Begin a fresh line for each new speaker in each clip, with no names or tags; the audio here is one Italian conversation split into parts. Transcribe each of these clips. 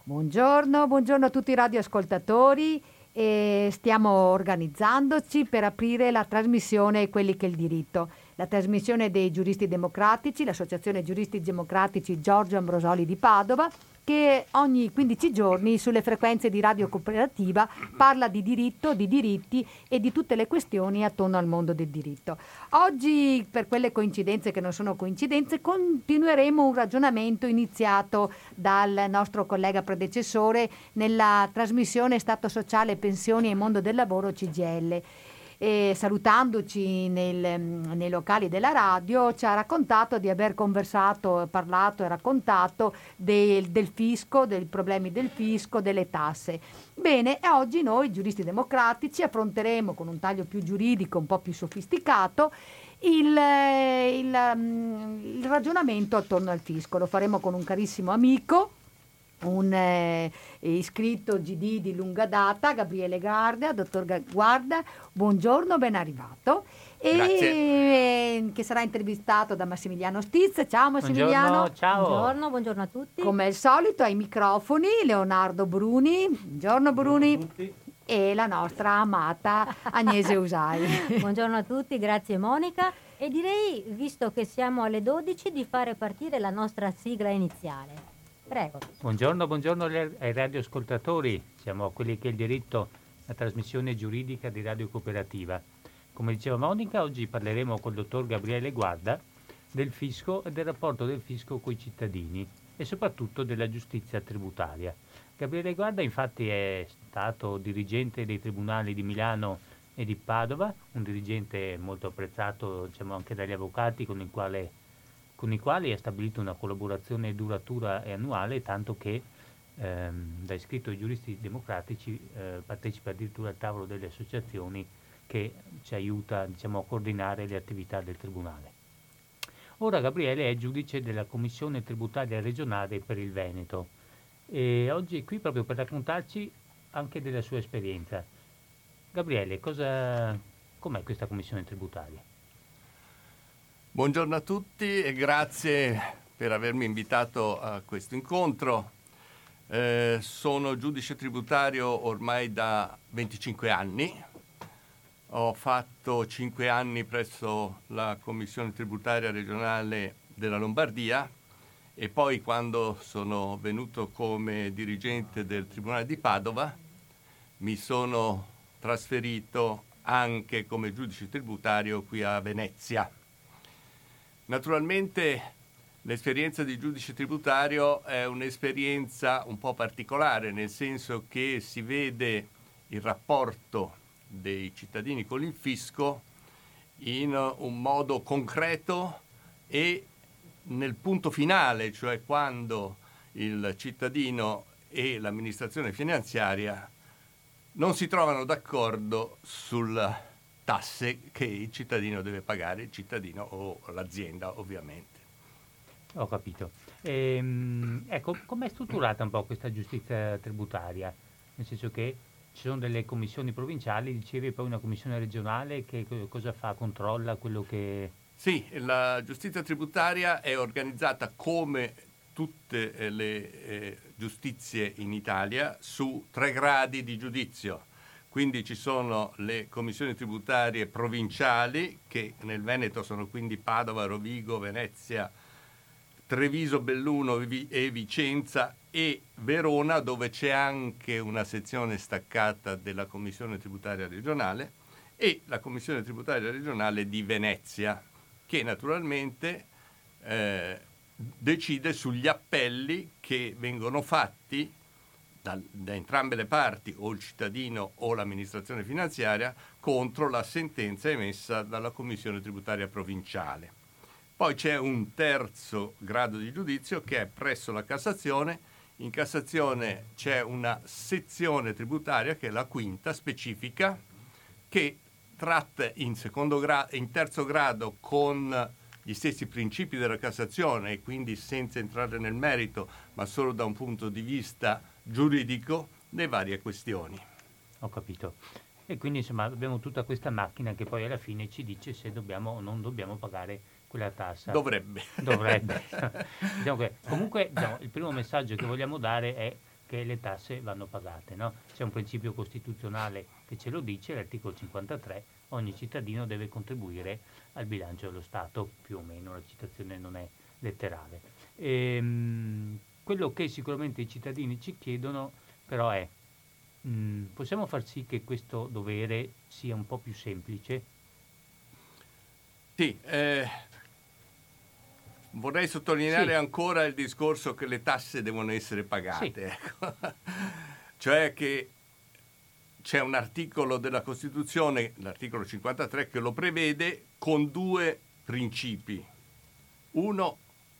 Buongiorno a tutti i radioascoltatori. Stiamo organizzandoci per aprire la trasmissione Quelli che il diritto, la trasmissione dei giuristi democratici, l'associazione giuristi democratici Giorgio Ambrosoli di Padova, che ogni 15 giorni sulle frequenze di Radio Cooperativa parla di diritto, di diritti e di tutte le questioni attorno al mondo del diritto. Oggi, per quelle coincidenze che non sono coincidenze, continueremo un ragionamento iniziato dal nostro collega predecessore nella trasmissione Stato sociale, pensioni e mondo del lavoro CGIL. E salutandoci nei locali della radio ci ha raccontato di aver conversato, parlato e raccontato del fisco, dei problemi del fisco, delle tasse. Bene, e oggi noi giuristi democratici affronteremo con un taglio più giuridico, un po' più sofisticato, il ragionamento attorno al fisco. Lo faremo con un carissimo amico, un iscritto GD di lunga data, Gabriele Guarda. Dottor Guarda, buongiorno, ben arrivato.
Grazie.
Che sarà intervistato da Massimiliano Stiz. Ciao Massimiliano.
Buongiorno, ciao.
Buongiorno a tutti.
Come al solito ai microfoni Leonardo Bruni. Buongiorno Bruni. E la nostra amata Agnese Usai.
Buongiorno a tutti, grazie Monica. E direi, visto che siamo alle 12, di fare partire la nostra sigla iniziale. Prego.
Buongiorno ai radioascoltatori. Siamo a Quelli che il diritto, la trasmissione giuridica di Radio Cooperativa. Come diceva Monica, oggi parleremo col dottor Gabriele Guarda del fisco e del rapporto del fisco coi cittadini e soprattutto della giustizia tributaria. Gabriele Guarda infatti è stato dirigente dei tribunali di Milano e di Padova, un dirigente molto apprezzato, diciamo, anche dagli avvocati con i quali ha stabilito una collaborazione duratura e annuale, tanto che da iscritto ai giuristi democratici partecipa addirittura al tavolo delle associazioni che ci aiuta, diciamo, a coordinare le attività del Tribunale. Ora Gabriele è giudice della Commissione Tributaria Regionale per il Veneto e oggi è qui proprio per raccontarci anche della sua esperienza. Gabriele, com'è questa Commissione Tributaria?
Buongiorno a tutti e grazie per avermi invitato a questo incontro. Sono giudice tributario ormai da 25 anni. Ho fatto 5 anni presso la Commissione Tributaria Regionale della Lombardia e poi, quando sono venuto come dirigente del Tribunale di Padova, mi sono trasferito anche come giudice tributario qui a Venezia. Naturalmente l'esperienza di giudice tributario è un'esperienza un po' particolare, nel senso che si vede il rapporto dei cittadini con il fisco in un modo concreto e nel punto finale, cioè quando il cittadino e l'amministrazione finanziaria non si trovano d'accordo sulle tasse che il cittadino deve pagare, il cittadino o l'azienda ovviamente.
Ho capito. Ecco, com'è strutturata un po' questa giustizia tributaria? Nel senso che ci sono delle commissioni provinciali, dicevi, poi una commissione regionale che cosa fa? Controlla quello che...
Sì, la giustizia tributaria è organizzata come tutte le giustizie in Italia su 3 gradi di giudizio. Quindi ci sono le commissioni tributarie provinciali, che nel Veneto sono quindi Padova, Rovigo, Venezia, Treviso, Belluno e Vicenza, e Verona, dove c'è anche una sezione staccata della Commissione Tributaria Regionale, e la Commissione Tributaria Regionale di Venezia, che naturalmente decide sugli appelli che vengono fatti da entrambe le parti, o il cittadino o l'amministrazione finanziaria, contro la sentenza emessa dalla Commissione Tributaria Provinciale. Poi c'è un terzo grado di giudizio che è presso la Cassazione. In Cassazione c'è una sezione tributaria, che è la quinta specifica, che tratta in terzo grado con gli stessi principi della Cassazione, e quindi senza entrare nel merito, ma solo da un punto di vista giuridico, le varie questioni.
Ho capito. E quindi insomma abbiamo tutta questa macchina che poi alla fine ci dice se dobbiamo o non dobbiamo pagare quella tassa.
Dovrebbe.
Diciamo che, comunque il primo messaggio che vogliamo dare è che le tasse vanno pagate, no? C'è un principio costituzionale che ce lo dice, l'articolo 53, ogni cittadino deve contribuire al bilancio dello Stato, più o meno, la citazione non è letterale. Quello che sicuramente i cittadini ci chiedono però è, possiamo far sì che questo dovere sia un po' più semplice?
Sì, vorrei sottolineare
Sì.
ancora il discorso che le tasse devono essere pagate.
Sì.
Ecco. Cioè che c'è un articolo della Costituzione, l'articolo 53, che lo prevede con due principi. Uno,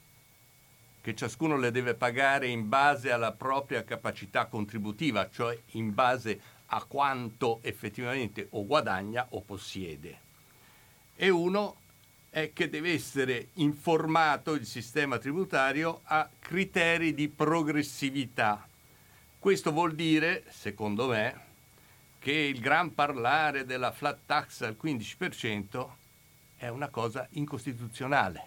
che ciascuno le deve pagare in base alla propria capacità contributiva, cioè in base a quanto effettivamente o guadagna o possiede. E uno è che deve essere informato il sistema tributario a criteri di progressività. Questo vuol dire, secondo me, che il gran parlare della flat tax al 15% è una cosa incostituzionale.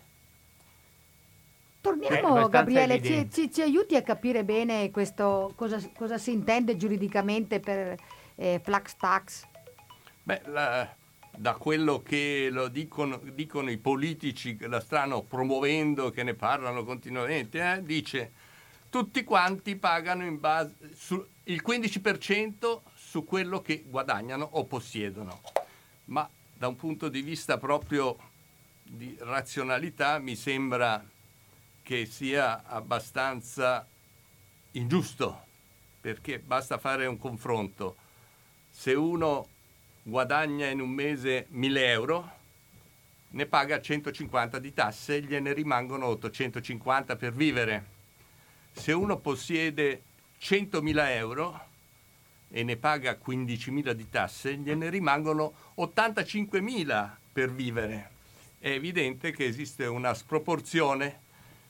Torniamo, Gabriele,
evidente.
ci aiuti a capire bene questo, cosa si intende giuridicamente per flat tax?
Beh, da quello che lo dicono i politici che la stanno promuovendo, che ne parlano continuamente, dice tutti quanti pagano in base il 15% su quello che guadagnano o possiedono. Ma da un punto di vista proprio di razionalità mi sembra che sia abbastanza ingiusto, perché basta fare un confronto. Se uno guadagna in un mese 1.000 euro, ne paga 150 di tasse, gliene rimangono 850 per vivere. Se uno possiede 100.000 euro e ne paga 15.000 di tasse, gliene rimangono 85.000 per vivere. È evidente che esiste una sproporzione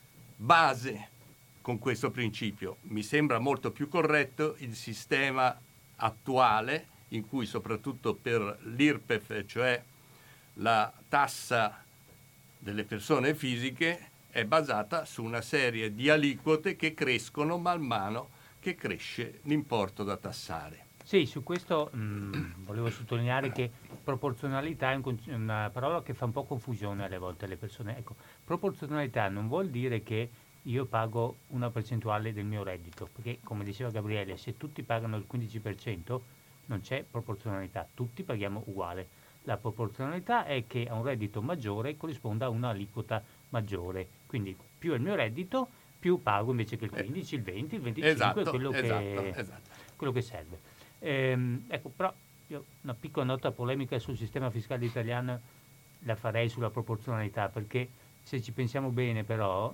base con questo principio. Mi sembra molto più corretto il sistema attuale, in cui soprattutto per l'IRPEF, cioè la tassa delle persone fisiche, è basata su una serie di aliquote che crescono man mano che cresce l'importo da tassare.
Sì, su questo volevo sottolineare che proporzionalità è una parola che fa un po' confusione alle volte alle persone. Ecco, proporzionalità non vuol dire che io pago una percentuale del mio reddito, perché come diceva Gabriele, se tutti pagano il 15% non c'è proporzionalità, tutti paghiamo uguale. La proporzionalità è che a un reddito maggiore corrisponda a un'aliquota maggiore, quindi più è il mio reddito, più pago invece che il 15, il 20, il 25,
Esatto,
quello
esatto.
quello che serve. Ecco, però io una piccola nota polemica sul sistema fiscale italiano la farei sulla proporzionalità, perché se ci pensiamo bene però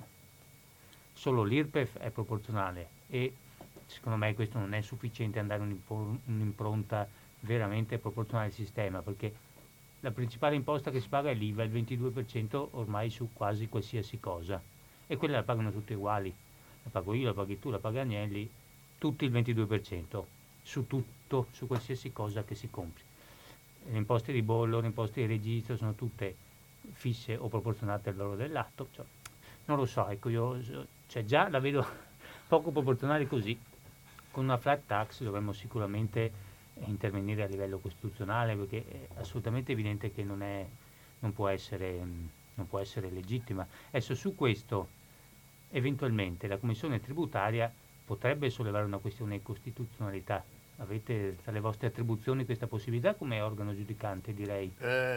solo l'IRPEF è proporzionale e secondo me questo non è sufficiente a dare un'impronta veramente proporzionale al sistema, perché la principale imposta che si paga è l'IVA, il 22% ormai su quasi qualsiasi cosa, e quella la pagano tutte uguali, la pago io, la paghi tu, la paga Agnelli, tutti il 22% su tutto, su qualsiasi cosa che si compri. Le imposte di bollo, le imposte di registro sono tutte fisse o proporzionate al valore dell'atto, cioè, non lo so, ecco, io già la vedo poco proporzionale così. Con una flat tax dovremmo sicuramente intervenire a livello costituzionale, perché è assolutamente evidente che non può essere legittima. Adesso su questo eventualmente la Commissione tributaria potrebbe sollevare una questione di costituzionalità. Avete tra le vostre attribuzioni questa possibilità come organo giudicante, direi?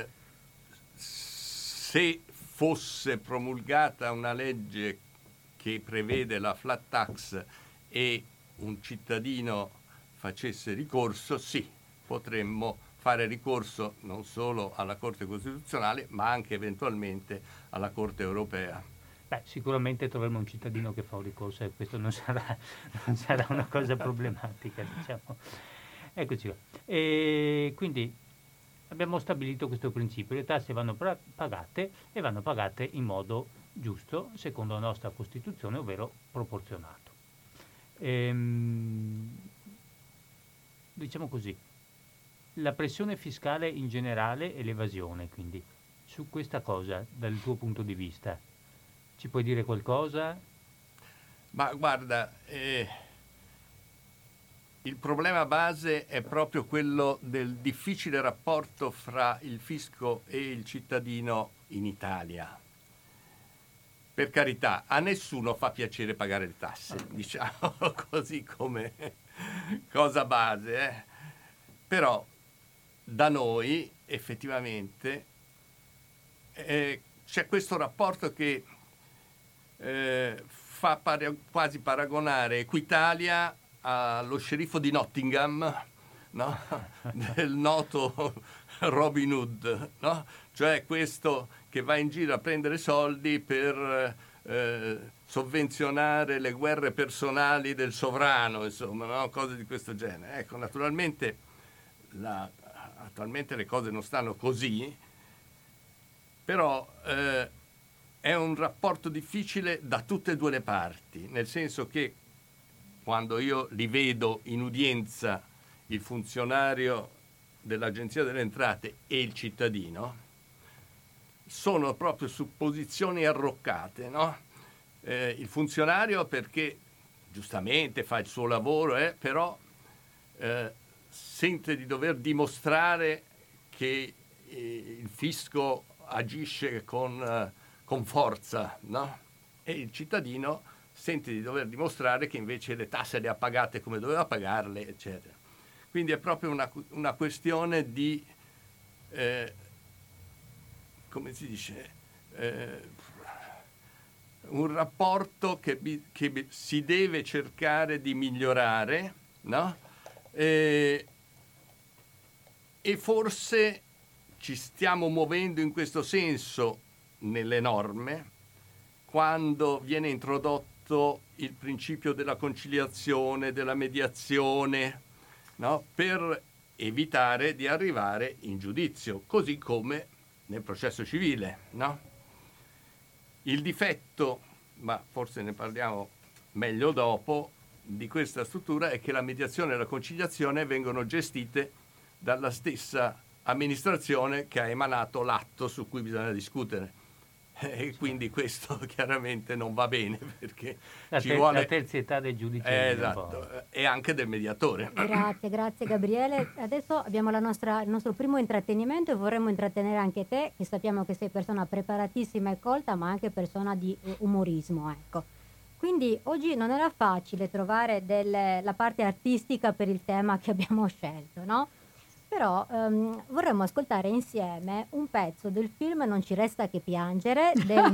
Se fosse promulgata una legge che prevede la flat tax e un cittadino facesse ricorso, sì, potremmo fare ricorso non solo alla Corte Costituzionale, ma anche eventualmente alla Corte Europea.
Beh, sicuramente troveremo un cittadino che fa un ricorso e questo non sarà una cosa problematica, diciamo. Eccoci qua. E quindi abbiamo stabilito questo principio: le tasse vanno pagate e vanno pagate in modo giusto, secondo la nostra Costituzione, ovvero proporzionato. Diciamo così, la pressione fiscale in generale e l'evasione, quindi, su questa cosa, dal tuo punto di vista, ci puoi dire qualcosa?
Ma guarda, il problema base è proprio quello del difficile rapporto fra il fisco e il cittadino in Italia. Per carità, a nessuno fa piacere pagare le tasse, diciamo così come cosa base, Però da noi effettivamente c'è questo rapporto che fa quasi paragonare Equitalia allo sceriffo di Nottingham, no? Del noto Robin Hood, no? Cioè questo che va in giro a prendere soldi per sovvenzionare le guerre personali del sovrano, insomma, no? Cose di questo genere. Ecco, naturalmente attualmente le cose non stanno così, però è un rapporto difficile da tutte e due le parti, nel senso che quando io li vedo in udienza, il funzionario dell'Agenzia delle Entrate e il cittadino, sono proprio su posizioni arroccate, no? Il funzionario perché giustamente fa il suo lavoro, però sente di dover dimostrare che il fisco agisce con forza, no? E il cittadino sente di dover dimostrare che invece le tasse le ha pagate come doveva pagarle, eccetera. Quindi è proprio una questione di come si dice, un rapporto che si deve cercare di migliorare, no? E forse ci stiamo muovendo in questo senso nelle norme quando viene introdotto il principio della conciliazione, della mediazione, no? Per evitare di arrivare in giudizio, così come nel processo civile, no? Il difetto, ma forse ne parliamo meglio dopo, di questa struttura è che la mediazione e la conciliazione vengono gestite dalla stessa amministrazione che ha emanato l'atto su cui bisogna discutere. E quindi questo chiaramente non va bene, perché ci vuole
la terzietà del giudice.
Esatto, e anche del mediatore.
Grazie Gabriele. Adesso abbiamo il nostro primo intrattenimento e vorremmo intrattenere anche te, che sappiamo che sei persona preparatissima e colta, ma anche persona di umorismo, ecco. Quindi oggi non era facile trovare la parte artistica per il tema che abbiamo scelto, no? Però vorremmo ascoltare insieme un pezzo del film Non ci resta che piangere del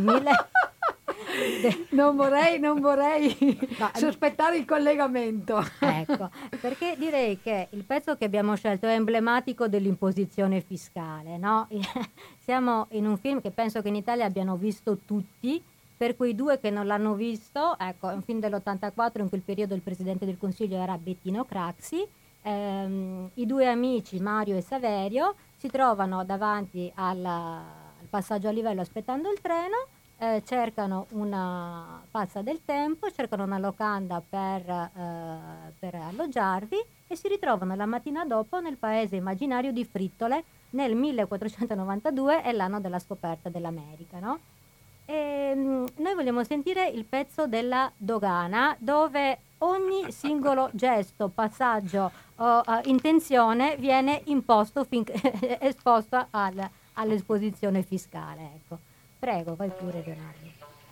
Non vorrei sospettare il collegamento.
Ecco, perché direi che il pezzo che abbiamo scelto è emblematico dell'imposizione fiscale, no? Siamo in un film che penso che in Italia abbiano visto tutti. Per quei due che non l'hanno visto, ecco, è un film dell'84, in quel periodo il presidente del Consiglio era Bettino Craxi. I due amici Mario e Saverio si trovano davanti al passaggio a livello aspettando il treno, cercano una pazza del tempo, cercano una locanda per alloggiarvi e si ritrovano la mattina dopo nel paese immaginario di Frittole nel 1492, è l'anno della scoperta dell'America, no? E noi vogliamo sentire il pezzo della dogana, dove ogni singolo gesto, passaggio o intenzione viene imposto esposto all'esposizione fiscale, ecco. Prego, vai pure, Leonardo.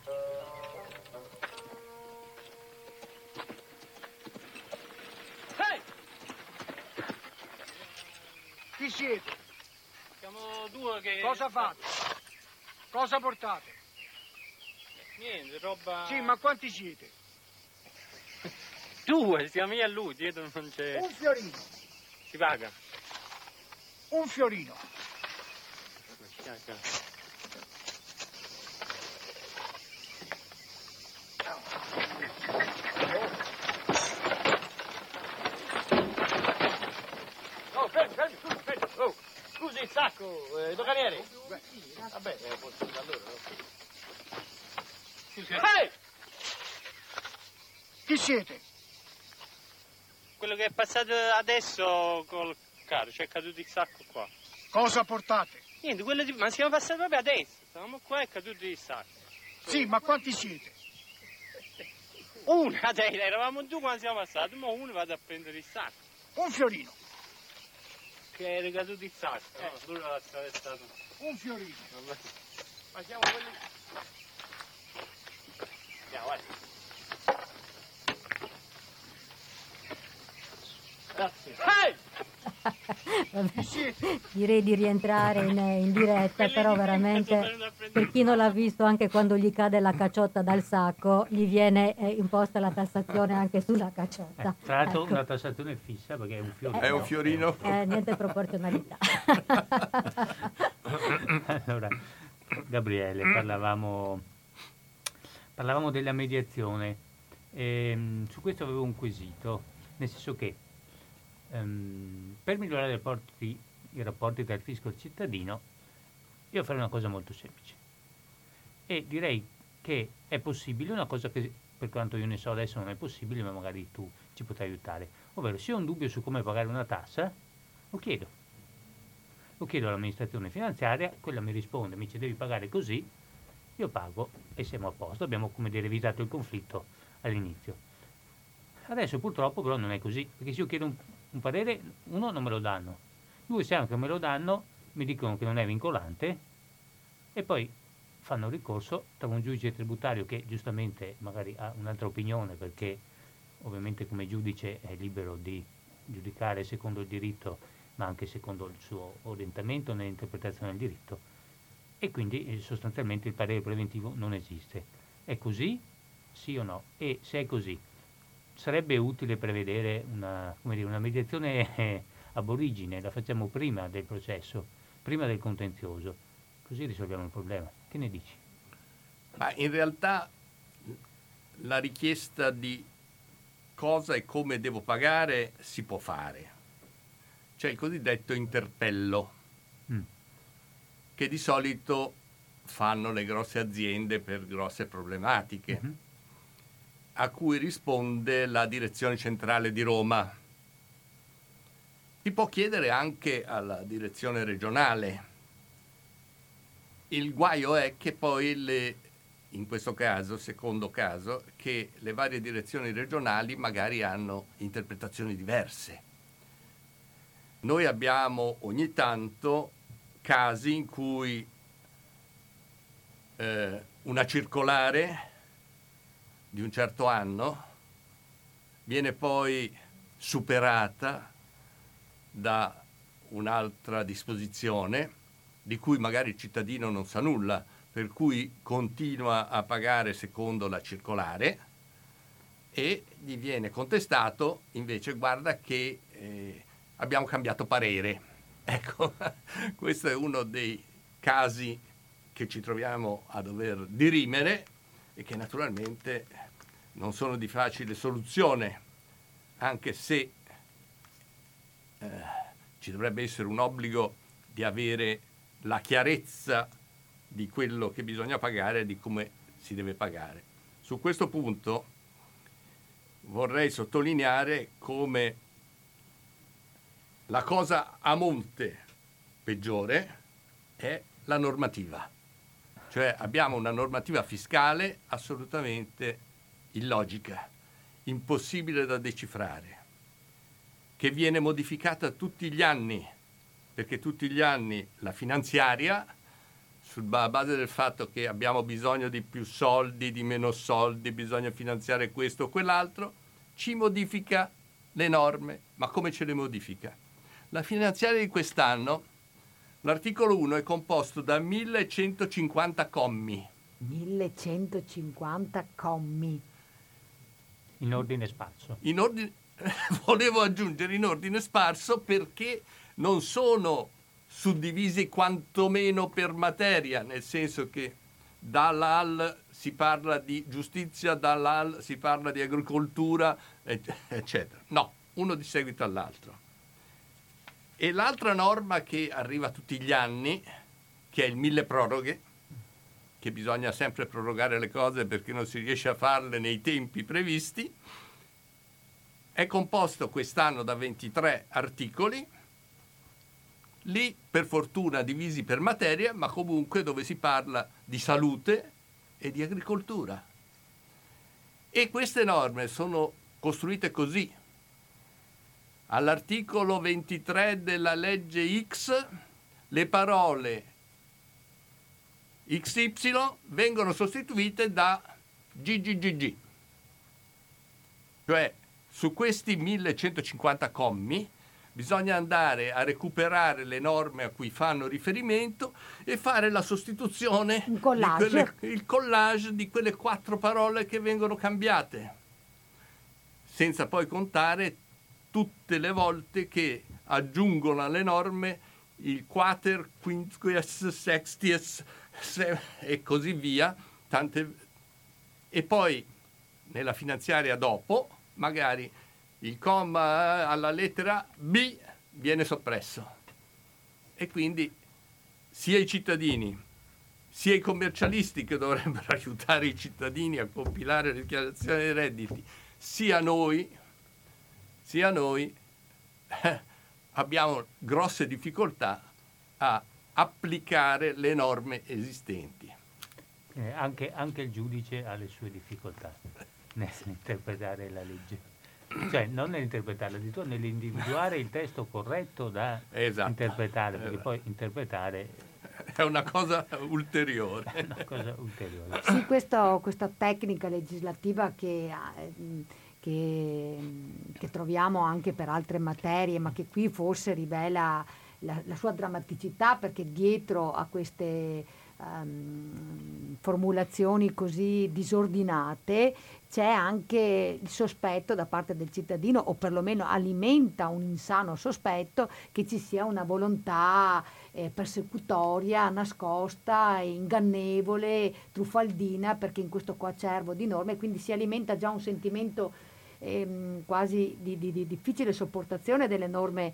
Hey! Chi siete?
Siamo due che...
Cosa fate? Cosa portate?
Niente, roba...
Sì, ma quanti siete?
Due, siamo io e lui, dietro non c'è...
Un fiorino.
Si paga.
Un fiorino.
Oh, fermi, oh, scusi il sacco, doganiere. Vabbè, posso da loro, no? Hey!
Chi siete?
Quello che è passato adesso col carro, c'è caduto il sacco qua.
Cosa portate?
Niente, ma siamo passati proprio adesso, stavamo qua e è caduto il sacco.
Sì, ma quanti siete? Una.
Eravamo giù quando siamo passati, ma uno vado a prendere il sacco.
Un fiorino.
Che è ricaduto il sacco. Lui l'ha attraversato.
Un fiorino.
Vabbè. Ma siamo quelli... Andiamo, vai. Grazie. Ehi!
Vabbè, direi di rientrare in diretta, però veramente per chi non l'ha visto, anche quando gli cade la cacciotta dal sacco gli viene imposta la tassazione anche sulla cacciotta.
Tra l'altro
Ecco.
una tassazione fissa perché è un fiorino.
È un fiorino.
Niente proporzionalità.
Allora, Gabriele, parlavamo della mediazione. Su questo avevo un quesito, nel senso che per migliorare i rapporti tra il fisco e il cittadino, io farei una cosa molto semplice e direi che è possibile, una cosa che per quanto io ne so adesso non è possibile, ma magari tu ci potrai aiutare, ovvero se ho un dubbio su come pagare una tassa, lo chiedo all'amministrazione finanziaria, quella mi risponde, mi dice devi pagare così, io pago e siamo a posto, abbiamo come dire evitato il conflitto all'inizio. Adesso purtroppo però non è così, perché se io chiedo un parere, uno non me lo danno, due se anche me lo danno mi dicono che non è vincolante e poi fanno ricorso tra un giudice tributario che giustamente magari ha un'altra opinione perché ovviamente come giudice è libero di giudicare secondo il diritto ma anche secondo il suo orientamento nell'interpretazione del diritto e quindi sostanzialmente il parere preventivo non esiste. È così? Sì o no? E se è così sarebbe utile prevedere una mediazione ab origine, la facciamo prima del processo, prima del contenzioso, così risolviamo il problema. Che ne dici?
Ma in realtà la richiesta di cosa e come devo pagare si può fare. C'è il cosiddetto interpello, che di solito fanno le grosse aziende per grosse problematiche, a cui risponde la direzione centrale di Roma. Si può chiedere anche alla direzione regionale. Il guaio è che poi in questo caso, secondo caso, che le varie direzioni regionali magari hanno interpretazioni diverse. Noi abbiamo ogni tanto casi in cui una circolare di un certo anno viene poi superata da un'altra disposizione di cui magari il cittadino non sa nulla, per cui continua a pagare secondo la circolare e gli viene contestato invece guarda che abbiamo cambiato parere. Ecco, questo è uno dei casi che ci troviamo a dover dirimere e che naturalmente non sono di facile soluzione, anche se ci dovrebbe essere un obbligo di avere la chiarezza di quello che bisogna pagare e di come si deve pagare. Su questo punto vorrei sottolineare come la cosa a monte peggiore è la normativa. Cioè abbiamo una normativa fiscale assolutamente illogica, impossibile da decifrare, che viene modificata tutti gli anni, perché tutti gli anni la finanziaria, sulla base del fatto che abbiamo bisogno di più soldi, di meno soldi, bisogna finanziare questo o quell'altro, ci modifica le norme. Ma come ce le modifica? La finanziaria di quest'anno, l'articolo 1 è composto da 1150 commi.
1150 commi.
In ordine sparso.
Volevo aggiungere in ordine sparso perché non sono suddivisi quantomeno per materia, nel senso che dall'AL si parla di giustizia, dall'AL si parla di agricoltura, eccetera. No, uno di seguito all'altro. E l'altra norma che arriva tutti gli anni, che è il milleproroghe, che bisogna sempre prorogare le cose perché non si riesce a farle nei tempi previsti, è composto quest'anno da 23 articoli, lì per fortuna divisi per materia, ma comunque dove si parla di salute e di agricoltura. E queste norme sono costruite così. All'articolo 23 della legge X, le parole XY vengono sostituite da GGGG. Cioè, su questi 1150 commi bisogna andare a recuperare le norme a cui fanno riferimento e fare la sostituzione, il collage di quelle 4 parole che vengono cambiate, senza poi contare tutte le volte che aggiungono alle norme il quater, quinquies, sexties e così via, e poi nella finanziaria dopo magari il comma alla lettera B viene soppresso, e quindi sia i cittadini sia i commercialisti, che dovrebbero aiutare i cittadini a compilare le dichiarazioni dei redditi, sia noi abbiamo grosse difficoltà a applicare le norme esistenti.
Anche il giudice ha le sue difficoltà nell'interpretare la legge. Cioè, non nell'interpretarla, addirittura nell'individuare il testo corretto da interpretare, perché poi interpretare
è una cosa ulteriore.
È una cosa ulteriore.
Sì, questa tecnica legislativa che troviamo anche per altre materie, ma che qui forse rivela la sua drammaticità, perché dietro a queste formulazioni così disordinate c'è anche il sospetto da parte del cittadino, o perlomeno alimenta un insano sospetto, che ci sia una volontà persecutoria, nascosta, ingannevole, truffaldina, perché in questo coacervo di norme, quindi si alimenta già un sentimento quasi di difficile sopportazione delle norme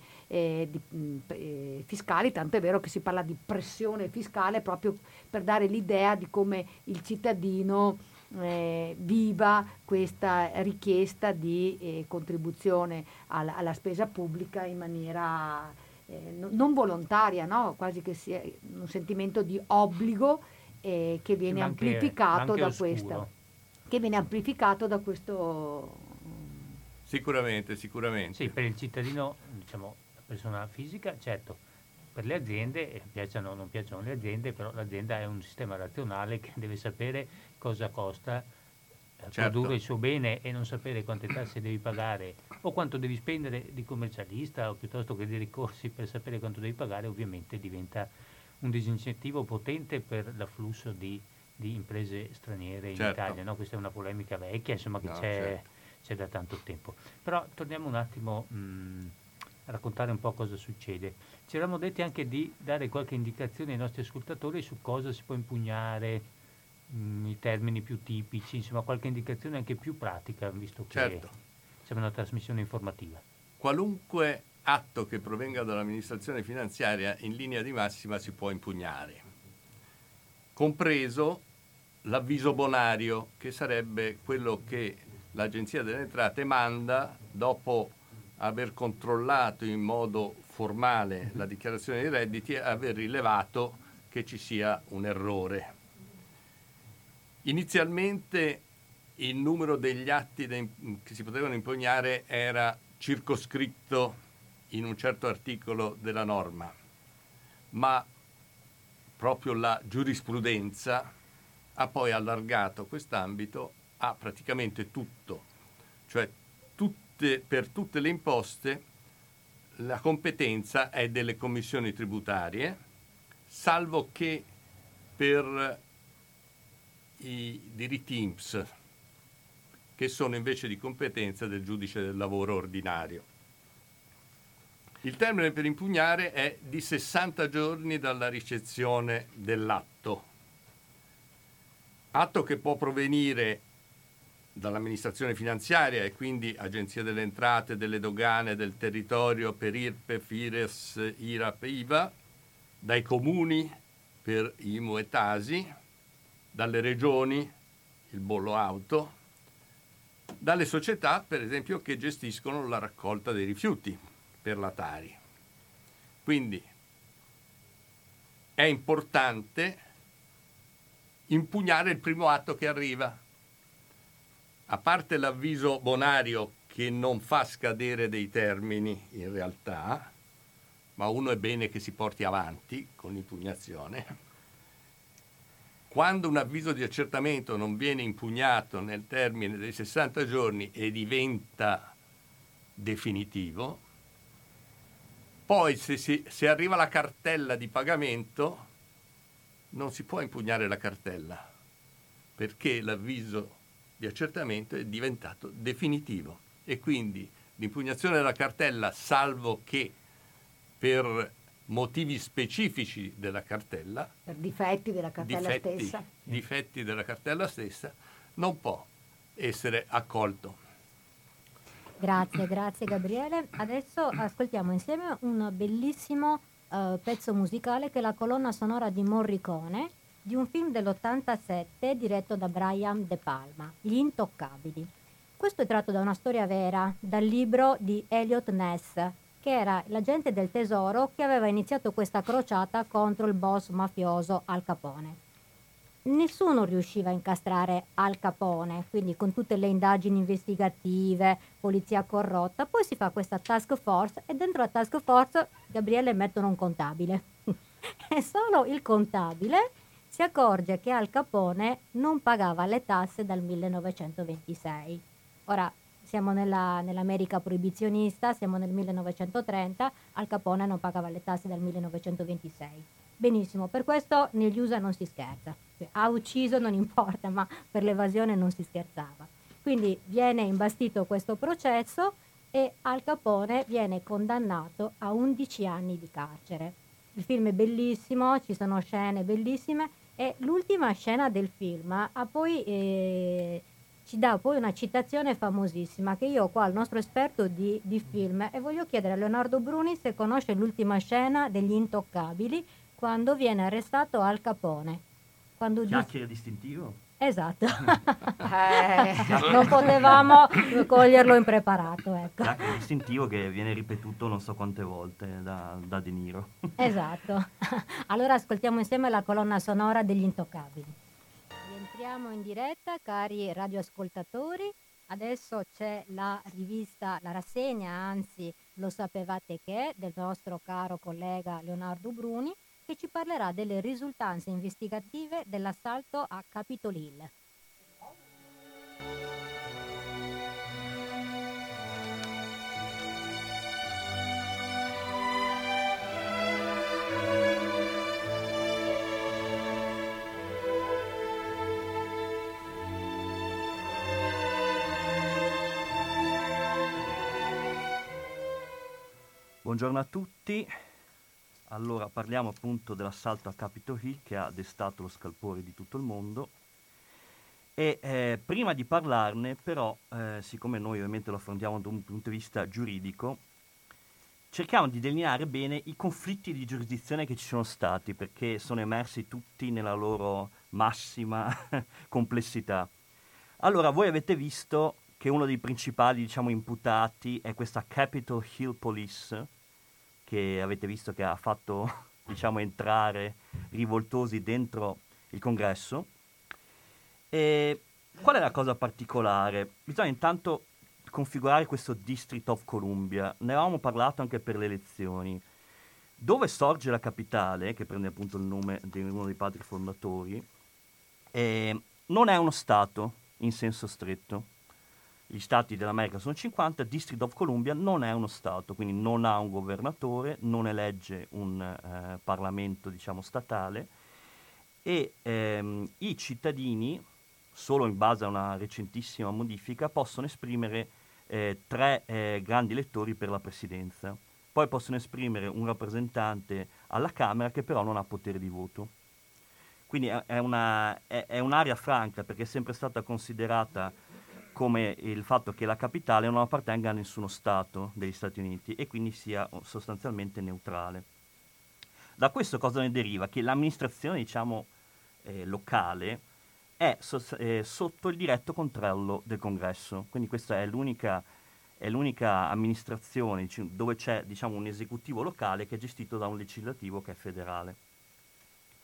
fiscali, tant'è vero che si parla di pressione fiscale proprio per dare l'idea di come il cittadino viva questa richiesta di contribuzione alla spesa pubblica in maniera non volontaria, no? Quasi che sia un sentimento di obbligo che viene amplificato da questo. Che viene amplificato da questo.
Sicuramente.
Sì, per il cittadino, diciamo, la persona fisica, certo. Per le aziende, piacciono o non piacciono le aziende, però l'azienda è un sistema razionale che deve sapere cosa costa produrre il suo bene, e non sapere quante tasse devi pagare o quanto devi spendere di commercialista o piuttosto che di ricorsi per sapere quanto devi pagare, ovviamente diventa un disincentivo potente per l'afflusso di imprese straniere in Italia, no? Questa è una polemica vecchia, insomma, che c'è da tanto tempo. Però torniamo un attimo a raccontare un po' cosa succede. Ci eravamo detti anche di dare qualche indicazione ai nostri ascoltatori su cosa si può impugnare, i termini più tipici, insomma qualche indicazione anche più pratica, visto che siamo una trasmissione informativa.
Qualunque atto che provenga dall'amministrazione finanziaria in linea di massima si può impugnare, compreso l'avviso bonario, che sarebbe quello che l'Agenzia delle Entrate manda dopo aver controllato in modo formale la dichiarazione dei redditi e aver rilevato che ci sia un errore. Inizialmente il numero degli atti che si potevano impugnare era circoscritto in un certo articolo della norma, ma proprio la giurisprudenza ha poi allargato quest'ambito a praticamente tutto, cioè per tutte le imposte la competenza è delle commissioni tributarie, salvo che per i diritti INPS, che sono invece di competenza del giudice del lavoro ordinario. Il termine per impugnare è di 60 giorni dalla ricezione dell'atto. Atto che può provenire dall'amministrazione finanziaria e quindi Agenzia delle Entrate, delle Dogane, del Territorio per IRPEF, IRES, IRAP, IVA, dai comuni per IMU e TASI, dalle regioni, il bollo auto, dalle società, per esempio, che gestiscono la raccolta dei rifiuti per la Tari. Quindi è importante impugnare il primo atto che arriva. a parte l'avviso bonario che non fa scadere dei termini in realtà, ma uno è bene che si porti avanti con l'impugnazione, quando un avviso di accertamento non viene impugnato nel termine dei 60 giorni e diventa definitivo, poi se arriva la cartella di pagamento non si può impugnare la cartella, perché l'avviso di accertamento è diventato definitivo e quindi l'impugnazione della cartella, salvo che per motivi specifici della cartella,
Per difetti della cartella stessa.
difetti della cartella stessa, non può essere accolto.
Grazie Gabriele. Adesso ascoltiamo insieme un bellissimo pezzo musicale che è la colonna sonora di Morricone di un film dell'87 diretto da Brian De Palma, Gli Intoccabili. Questo è tratto da una storia vera, dal libro di Elliot Ness, che era l'agente del tesoro che aveva iniziato questa crociata contro il boss mafioso Al Capone. Nessuno riusciva a incastrare Al Capone, quindi con tutte le indagini investigative, polizia corrotta, poi si fa questa task force e dentro la task force Gabriele mettono un contabile. E solo il contabile si accorge che Al Capone non pagava le tasse dal 1926. Ora, siamo nell'America proibizionista, siamo nel 1930, Al Capone non pagava le tasse dal 1926. Benissimo, per questo negli USA non si scherza. Ha ucciso, non importa, ma per l'evasione non si scherzava. Quindi viene imbastito questo processo e Al Capone viene condannato a 11 anni di carcere. Il film è bellissimo, ci sono scene bellissime e l'ultima scena del film ha poi... ci dà poi una citazione famosissima che io ho qua al nostro esperto di film e voglio chiedere a Leonardo Bruni se conosce l'ultima scena degli Intoccabili quando viene arrestato Al Capone.
Chiacchiere distintivo?
Esatto. Non potevamo coglierlo impreparato, ecco.
Chiacchiere distintivo che viene ripetuto non so quante volte da De Niro.
Esatto. Allora ascoltiamo insieme la colonna sonora degli Intoccabili. Entriamo in diretta, cari radioascoltatori. Adesso c'è la rivista, la rassegna, anzi lo sapevate che, del nostro caro collega Leonardo Bruni, che ci parlerà delle risultanze investigative dell'assalto a Capitol Hill.
Buongiorno a tutti. Allora, parliamo appunto dell'assalto a Capitol Hill che ha destato lo scalpore di tutto il mondo e prima di parlarne però, siccome noi ovviamente lo affrontiamo da un punto di vista giuridico, cerchiamo di delineare bene i conflitti di giurisdizione che ci sono stati, perché sono emersi tutti nella loro massima complessità. Allora, voi avete visto che uno dei principali, imputati è questa Capitol Hill Police, che avete visto che ha fatto, entrare rivoltosi dentro il congresso. E qual è la cosa particolare? Bisogna intanto configurare questo District of Columbia. Ne avevamo parlato anche per le elezioni. Dove sorge la capitale, che prende appunto il nome di uno dei padri fondatori, non è uno stato in senso stretto. Gli stati dell'America sono 50, District of Columbia non è uno stato, quindi non ha un governatore, non elegge un Parlamento, statale, e i cittadini, solo in base a una recentissima modifica, possono esprimere 3 grandi elettori per la presidenza. Poi possono esprimere un rappresentante alla Camera che però non ha potere di voto. Quindi è un'area franca, perché è sempre stata considerata come il fatto che la capitale non appartenga a nessuno Stato degli Stati Uniti e quindi sia sostanzialmente neutrale. Da questo cosa ne deriva? Che l'amministrazione, locale è sotto il diretto controllo del Congresso, quindi questa è l'unica amministrazione dove c'è un esecutivo locale che è gestito da un legislativo che è federale.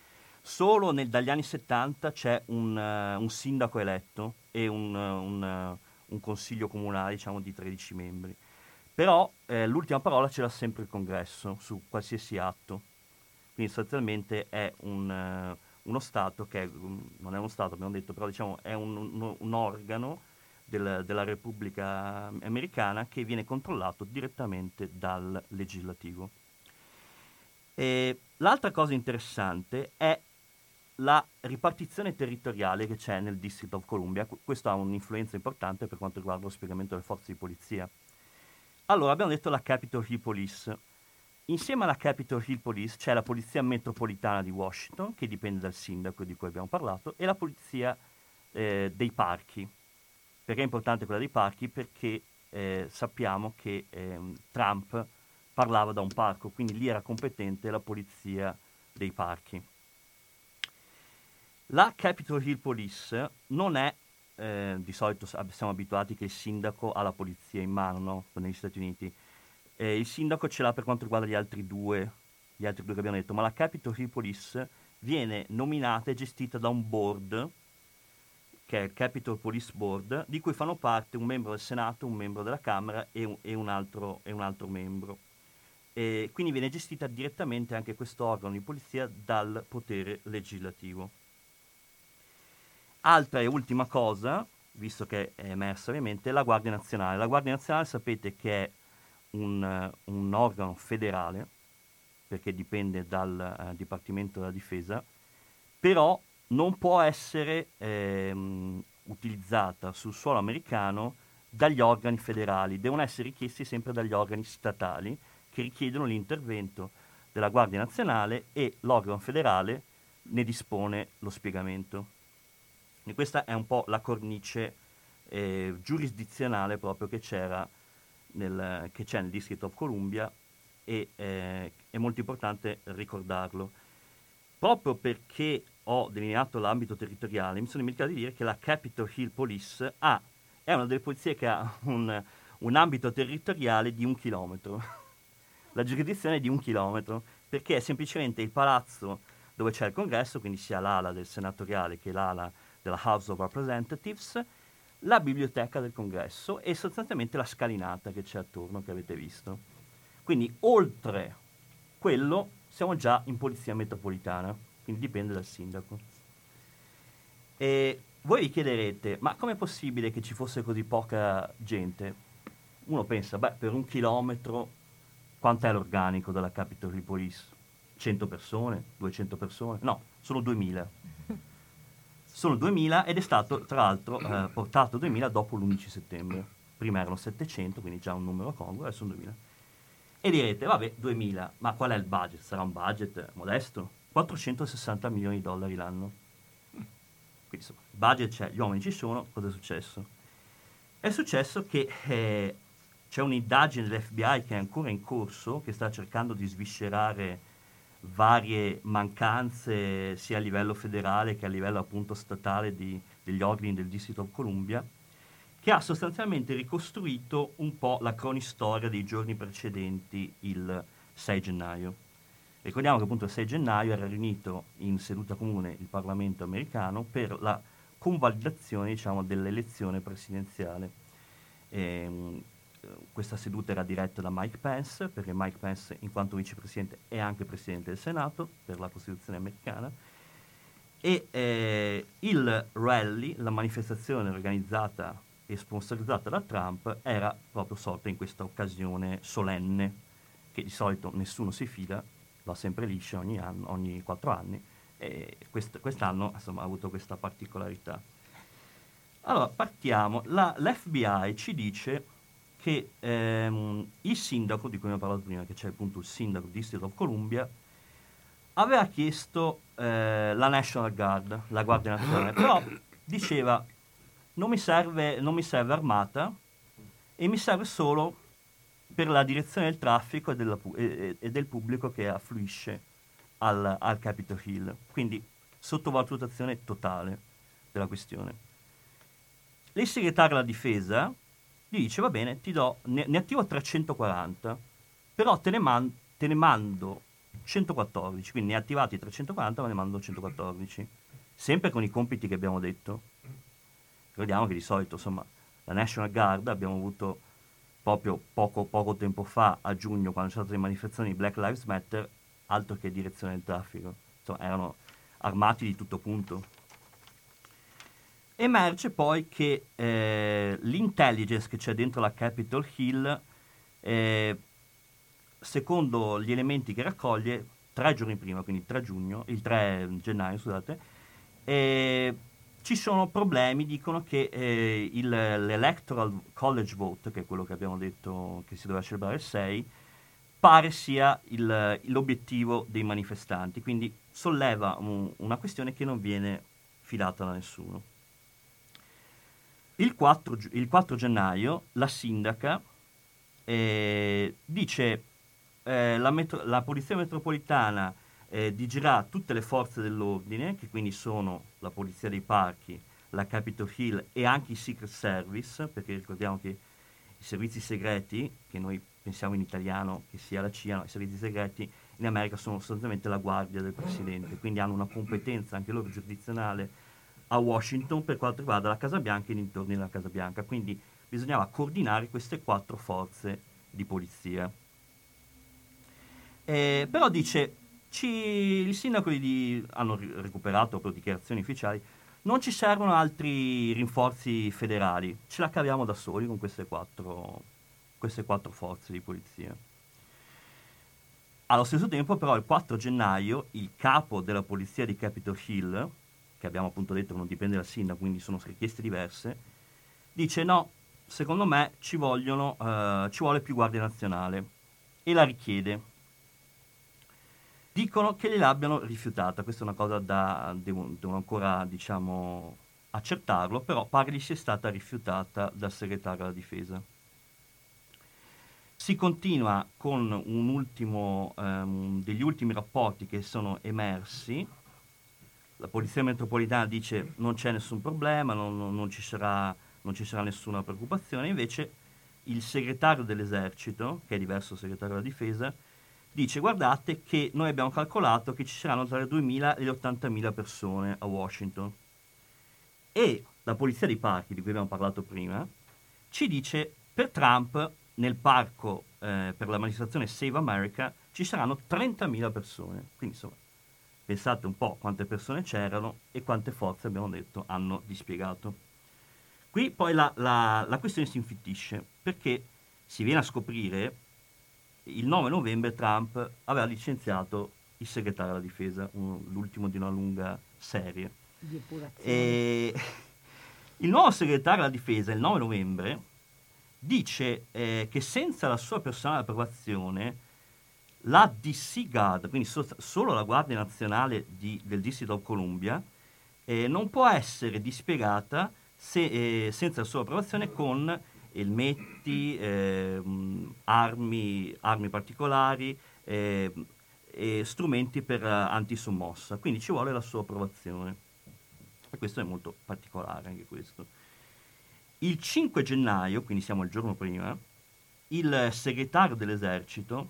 Solo dagli anni 70 c'è un sindaco eletto e un consiglio comunale, diciamo, di 13 membri. Però l'ultima parola ce l'ha sempre il Congresso su qualsiasi atto. Quindi sostanzialmente è uno Stato che non è uno Stato, abbiamo detto, però diciamo è un organo della Repubblica Americana che viene controllato direttamente dal legislativo. E l'altra cosa interessante è la ripartizione territoriale che c'è nel District of Columbia. Questo ha un'influenza importante per quanto riguarda lo spiegamento delle forze di polizia. Allora, abbiamo detto la Capitol Hill Police. Insieme alla Capitol Hill Police c'è la Polizia Metropolitana di Washington, che dipende dal sindaco di cui abbiamo parlato, e la Polizia dei Parchi. Perché è importante quella dei parchi? Perché sappiamo che Trump parlava da un parco, quindi lì era competente la Polizia dei Parchi. La Capitol Hill Police non è, di solito siamo abituati che il sindaco ha la polizia in mano, no? Negli Stati Uniti. Il sindaco ce l'ha per quanto riguarda gli altri due che abbiamo detto, ma la Capitol Hill Police viene nominata e gestita da un board, che è il Capitol Police Board, di cui fanno parte un membro del Senato, un membro della Camera e un altro membro. E quindi viene gestita direttamente anche questo organo di polizia dal potere legislativo. Altra e ultima cosa, visto che è emersa ovviamente, è la Guardia Nazionale. La Guardia Nazionale sapete che è un organo federale, perché dipende dal Dipartimento della Difesa, però non può essere utilizzata sul suolo americano dagli organi federali, devono essere richiesti sempre dagli organi statali che richiedono l'intervento della Guardia Nazionale e l'organo federale ne dispone lo spiegamento. E questa è un po' la cornice giurisdizionale proprio che c'è nel District of Columbia e è molto importante ricordarlo. Proprio perché ho delineato l'ambito territoriale, mi sono dimenticato di dire che la Capitol Hill Police è una delle polizie che ha un ambito territoriale di 1 chilometro. La giurisdizione è di 1 chilometro, perché è semplicemente il palazzo dove c'è il congresso, quindi sia l'ala del senatoriale che l'ala della House of Representatives, la biblioteca del congresso e sostanzialmente la scalinata che c'è attorno, che avete visto. Quindi oltre quello siamo già in polizia metropolitana, quindi dipende dal sindaco. E voi vi chiederete, ma com'è possibile che ci fosse così poca gente? Uno pensa, per 1 chilometro quant'è l'organico della Capitol Hill Police? 100 persone? 200 persone? No, sono 2000. Sono 2000 ed è stato tra l'altro portato a 2000 dopo l'11 settembre. Prima erano 700, quindi già un numero congruo, adesso sono 2000. E direte, vabbè, 2000, ma qual è il budget? Sarà un budget modesto? 460 milioni di dollari l'anno. Quindi insomma, il budget c'è, gli uomini ci sono, cosa è successo? È successo che c'è un'indagine dell'FBI che è ancora in corso, che sta cercando di sviscerare varie mancanze sia a livello federale che a livello appunto statale degli organi del District of Columbia, che ha sostanzialmente ricostruito un po' la cronistoria dei giorni precedenti il 6 gennaio. Ricordiamo che appunto il 6 gennaio era riunito in seduta comune il Parlamento americano per la convalidazione, diciamo, dell'elezione presidenziale. Questa seduta era diretta da Mike Pence, perché Mike Pence, in quanto vicepresidente, è anche presidente del Senato per la Costituzione americana. E il rally, la manifestazione organizzata e sponsorizzata da Trump, era proprio sorta in questa occasione solenne, che di solito nessuno si fida, va sempre liscia ogni 4 anni, e quest'anno insomma, ha avuto questa particolarità. Allora, partiamo. L'FBI ci dice che il sindaco, di cui abbiamo parlato prima, che c'è appunto il sindaco di District of Columbia, aveva chiesto la National Guard, la Guardia Nazionale, però diceva non mi serve armata e mi serve solo per la direzione del traffico e del pubblico che affluisce al Capitol Hill. Quindi sottovalutazione totale della questione. Il segretario della difesa gli dice va bene, ne attivo 340, però te ne mando 114, quindi ne ha attivati 340 ma ne mandano 114, sempre con i compiti che abbiamo detto. Ricordiamo che di solito, insomma, la National Guard abbiamo avuto proprio poco tempo fa, a giugno, quando c'erano state le manifestazioni di Black Lives Matter, altro che direzione del traffico, insomma, erano armati di tutto punto. Emerge poi che l'intelligence che c'è dentro la Capitol Hill, secondo gli elementi che raccoglie, 3 giorni prima, quindi il 3 gennaio, scusate, ci sono problemi, dicono che l'Electoral College Vote, che è quello che abbiamo detto che si doveva celebrare il 6, pare sia l'obiettivo dei manifestanti, quindi solleva una questione che non viene filata da nessuno. Il 4 gennaio la sindaca dice la polizia metropolitana digerà tutte le forze dell'ordine, che quindi sono la polizia dei parchi, la Capitol Hill e anche i Secret Service, perché ricordiamo che i servizi segreti, che noi pensiamo in italiano che sia la CIA, no, i servizi segreti in America sono sostanzialmente la guardia del presidente, quindi hanno una competenza anche loro giurisdizionale a Washington per quanto riguarda la Casa Bianca e i dintorni della Casa Bianca, quindi bisognava coordinare queste 4 forze di polizia. Però dice, il sindaco hanno recuperato proprio dichiarazioni ufficiali, non ci servono altri rinforzi federali, ce la caviamo da soli con queste quattro forze di polizia. Allo stesso tempo però il 4 gennaio il capo della polizia di Capitol Hill, che abbiamo appunto detto non dipende dal sindaco, quindi sono richieste diverse, dice no, secondo me ci vuole più Guardia Nazionale, e la richiede. Dicono che gliel'abbiano rifiutata, questa è una cosa devono ancora, diciamo, accertarlo, però pare gli sia stata rifiutata dal segretario della difesa. Si continua con degli ultimi rapporti che sono emersi. La polizia metropolitana dice non c'è nessun problema, non ci sarà nessuna preoccupazione, invece il segretario dell'esercito, che è diverso dal segretario della difesa, dice guardate che noi abbiamo calcolato che ci saranno tra le 2.000 e le 80.000 persone a Washington. E la polizia dei parchi, di cui abbiamo parlato prima, ci dice per Trump nel parco per la manifestazione Save America ci saranno 30.000 persone. Quindi insomma, pensate un po' quante persone c'erano e quante forze, abbiamo detto, hanno dispiegato. Qui poi la questione si infittisce, perché si viene a scoprire il 9 novembre Trump aveva licenziato il segretario della difesa, l'ultimo di una lunga serie.
Di epurazione.
E il nuovo segretario della difesa, il 9 novembre, dice che senza la sua personale approvazione la DC Guard, quindi solo la Guardia Nazionale del District of Columbia, non può essere dispiegata senza la sua approvazione con elmetti, armi particolari e strumenti per antisommossa, quindi ci vuole la sua approvazione, e questo è molto particolare anche questo. Il 5 gennaio, quindi siamo il giorno prima, il segretario dell'esercito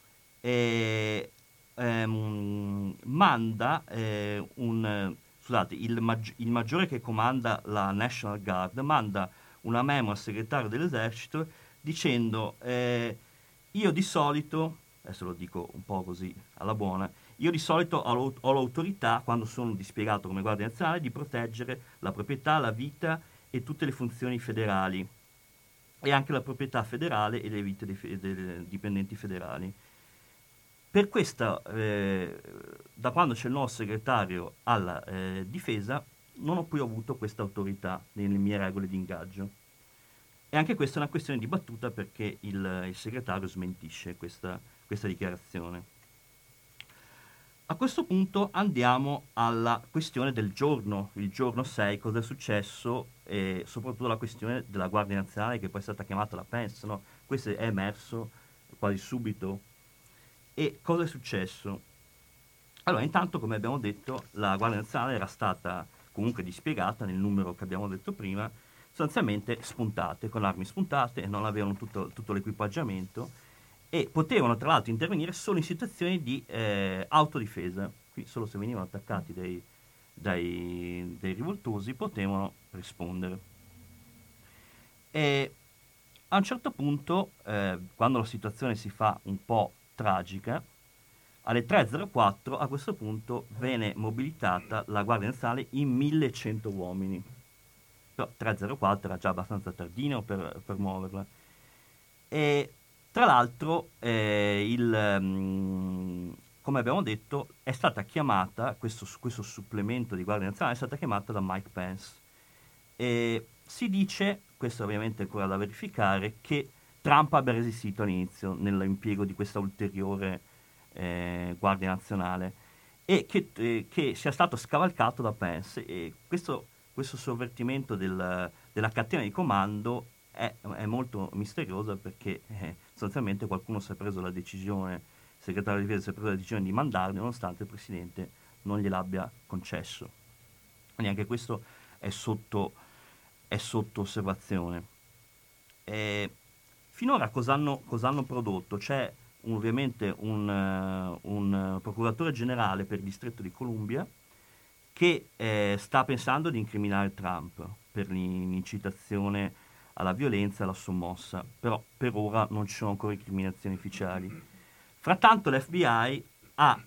manda il maggiore che comanda la National Guard manda una memo al segretario dell'esercito dicendo io di solito, adesso lo dico un po' così alla buona, io di solito ho l'autorità, quando sono dispiegato come Guardia Nazionale, di proteggere la proprietà, la vita e tutte le funzioni federali, e anche la proprietà federale e le vite dei dipendenti federali. Per questa, da quando c'è il nuovo segretario alla difesa, non ho più avuto questa autorità nelle mie regole di ingaggio. E anche questa è una questione dibattuta, perché il segretario smentisce questa dichiarazione. A questo punto andiamo alla questione del giorno, il giorno 6, cosa è successo, e soprattutto la questione della Guardia Nazionale, che poi è stata chiamata la PES, no? Questo è emerso quasi subito. E cosa è successo? Allora, intanto, come abbiamo detto, la Guardia Nazionale era stata comunque dispiegata nel numero che abbiamo detto prima, sostanzialmente spuntate, con armi spuntate, e non avevano tutto l'equipaggiamento, e potevano tra l'altro intervenire solo in situazioni di autodifesa, qui solo se venivano attaccati dai rivoltosi potevano rispondere. E a un certo punto, quando la situazione si fa un po' tragica, alle 3:04 a questo punto viene mobilitata la Guardia Nazionale in 1100 uomini. Però 3:04 era già abbastanza tardino per muoverla. E tra l'altro, come abbiamo detto, è stata chiamata, questo supplemento di Guardia Nazionale è stata chiamata da Mike Pence. E si dice, questo ovviamente è ancora da verificare, che Trump abbia resistito all'inizio nell'impiego di questa ulteriore Guardia Nazionale e che sia stato scavalcato da Pence. E questo sovvertimento della catena di comando è molto misterioso, perché sostanzialmente qualcuno si è preso la decisione, il segretario di difesa si è preso la decisione di mandarli nonostante il presidente non gliel'abbia concesso. Quindi anche questo è sotto osservazione. Finora cosa hanno prodotto? C'è ovviamente un procuratore generale per il distretto di Columbia che sta pensando di incriminare Trump per l'incitazione alla violenza e alla sommossa, però per ora non ci sono ancora incriminazioni ufficiali. Frattanto l'FBI ha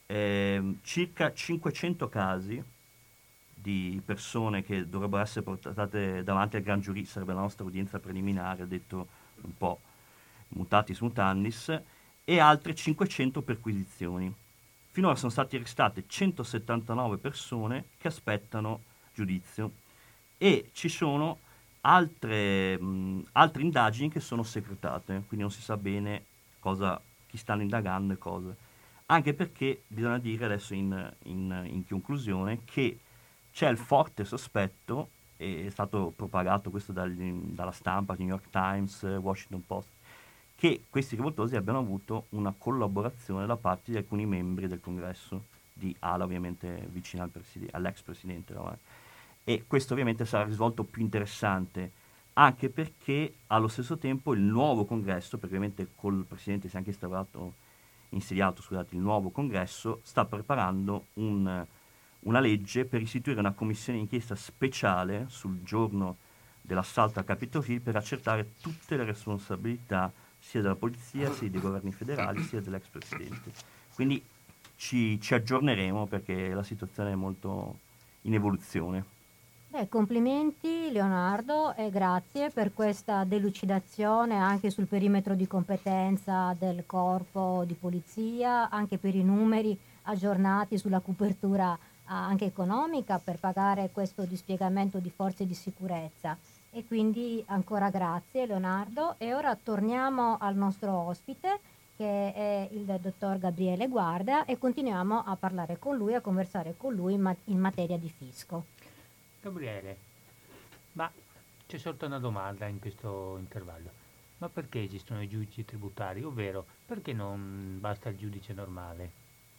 circa 500 casi di persone che dovrebbero essere portate davanti al gran giurì, sarebbe la nostra udienza preliminare, detto un po' mutatis mutandis, e altre 500 perquisizioni. Finora sono state arrestate 179 persone che aspettano giudizio e ci sono altre indagini che sono segretate, quindi non si sa bene chi stanno indagando e cosa. Anche perché bisogna dire adesso in conclusione che c'è il forte sospetto, e è stato propagato questo dalla stampa, New York Times, Washington Post, che questi rivoltosi abbiano avuto una collaborazione da parte di alcuni membri del congresso, di ala ovviamente vicina all'ex presidente. E questo ovviamente sarà il risvolto più interessante, anche perché allo stesso tempo il nuovo congresso, perché ovviamente col presidente si è anche insediato, il nuovo congresso sta preparando una legge per istituire una commissione d'inchiesta speciale sul giorno dell'assalto a Capitol Hill per accertare tutte le responsabilità sia della polizia, sia dei governi federali, sia dell'ex presidente. Quindi ci aggiorneremo, perché la situazione è molto in evoluzione.
Complimenti Leonardo e grazie per questa delucidazione anche sul perimetro di competenza del corpo di polizia, anche per i numeri aggiornati sulla copertura anche economica per pagare questo dispiegamento di forze di sicurezza. E quindi ancora grazie Leonardo, e ora torniamo al nostro ospite, che è il dottor Gabriele Guarda, e continuiamo a parlare con lui, a conversare con lui in materia di fisco.
Gabriele, ma c'è soltanto una domanda in questo intervallo. Ma perché esistono i giudici tributari? Ovvero, perché non basta il giudice normale?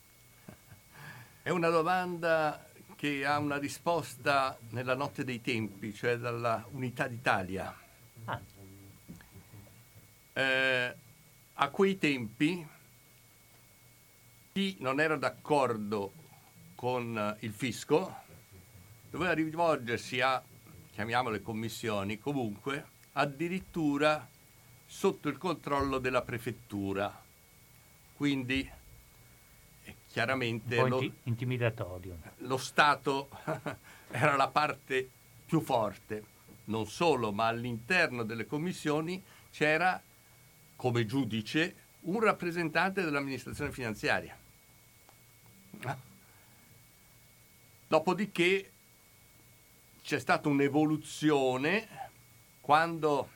È una domanda che ha una risposta nella notte dei tempi, cioè dalla Unità d'Italia. A quei tempi chi non era d'accordo con il fisco doveva rivolgersi a, chiamiamole commissioni, comunque, addirittura sotto il controllo della prefettura. Quindi, chiaramente...
Un po' intimidatorio.
Lo Stato era la parte più forte. Non solo, ma all'interno delle commissioni c'era, come giudice, un rappresentante dell'amministrazione finanziaria. Dopodiché c'è stata un'evoluzione quando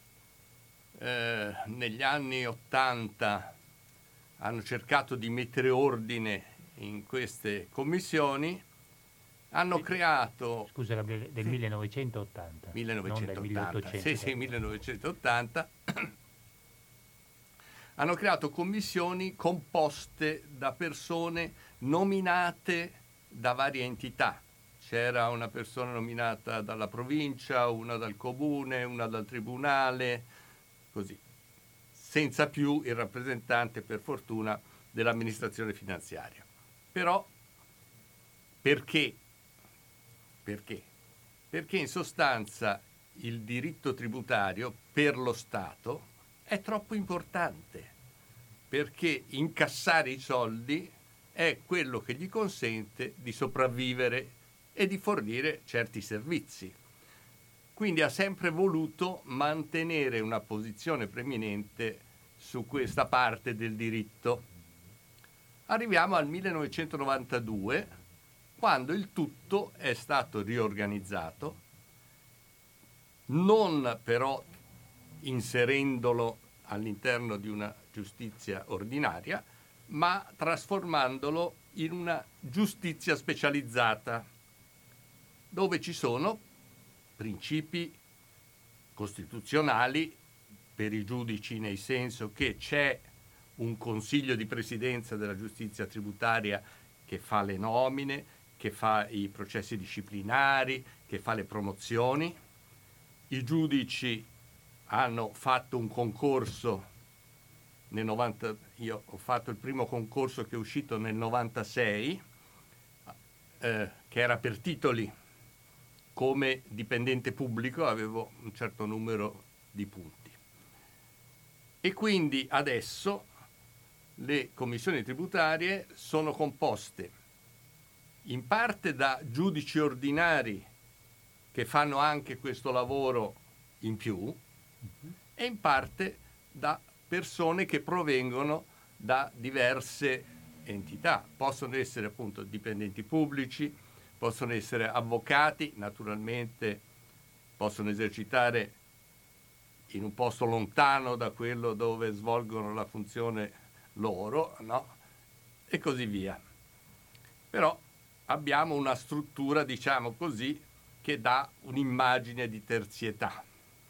negli anni '80 hanno cercato di mettere ordine in queste commissioni, hanno creato...
Scusa Gabriele, del 1980.
1980,
non del 1800.
sì, 1980. Hanno creato commissioni composte da persone nominate da varie entità. C'era una persona nominata dalla provincia, una dal comune, una dal tribunale, così. senza più il rappresentante, per fortuna, dell'amministrazione finanziaria. Però perché? Perché in sostanza il diritto tributario per lo Stato è troppo importante, perché incassare i soldi è quello che gli consente di sopravvivere e di fornire certi servizi. Quindi ha sempre voluto mantenere una posizione preeminente su questa parte del diritto. Arriviamo al 1992, quando il tutto è stato riorganizzato, non però inserendolo all'interno di una giustizia ordinaria, ma trasformandolo in una giustizia specializzata, dove ci sono principi costituzionali per i giudici, nel senso che c'è un consiglio di presidenza della giustizia tributaria che fa le nomine, che fa i processi disciplinari, che fa le promozioni. I giudici hanno fatto un concorso nel 90, io ho fatto il primo concorso che è uscito nel 96, che era per titoli. Come dipendente pubblico avevo un certo numero di punti. E quindi adesso le commissioni tributarie sono composte in parte da giudici ordinari che fanno anche questo lavoro in più, e in parte da persone che provengono da diverse entità. Possono essere appunto dipendenti pubblici, possono essere avvocati, naturalmente possono esercitare in un posto lontano da quello dove svolgono la funzione loro, no? E così via. Però abbiamo una struttura, diciamo così, che dà un'immagine di terzietà,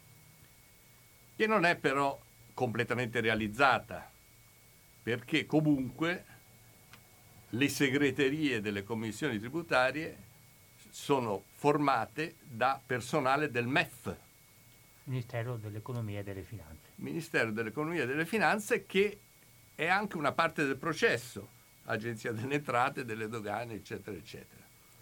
che non è però completamente realizzata, perché comunque le segreterie delle commissioni tributarie sono formate da personale del MEF,
Ministero dell'Economia e delle Finanze.
Ministero dell'Economia e delle Finanze, che è anche una parte del processo, Agenzia delle Entrate, delle Dogane, eccetera, eccetera.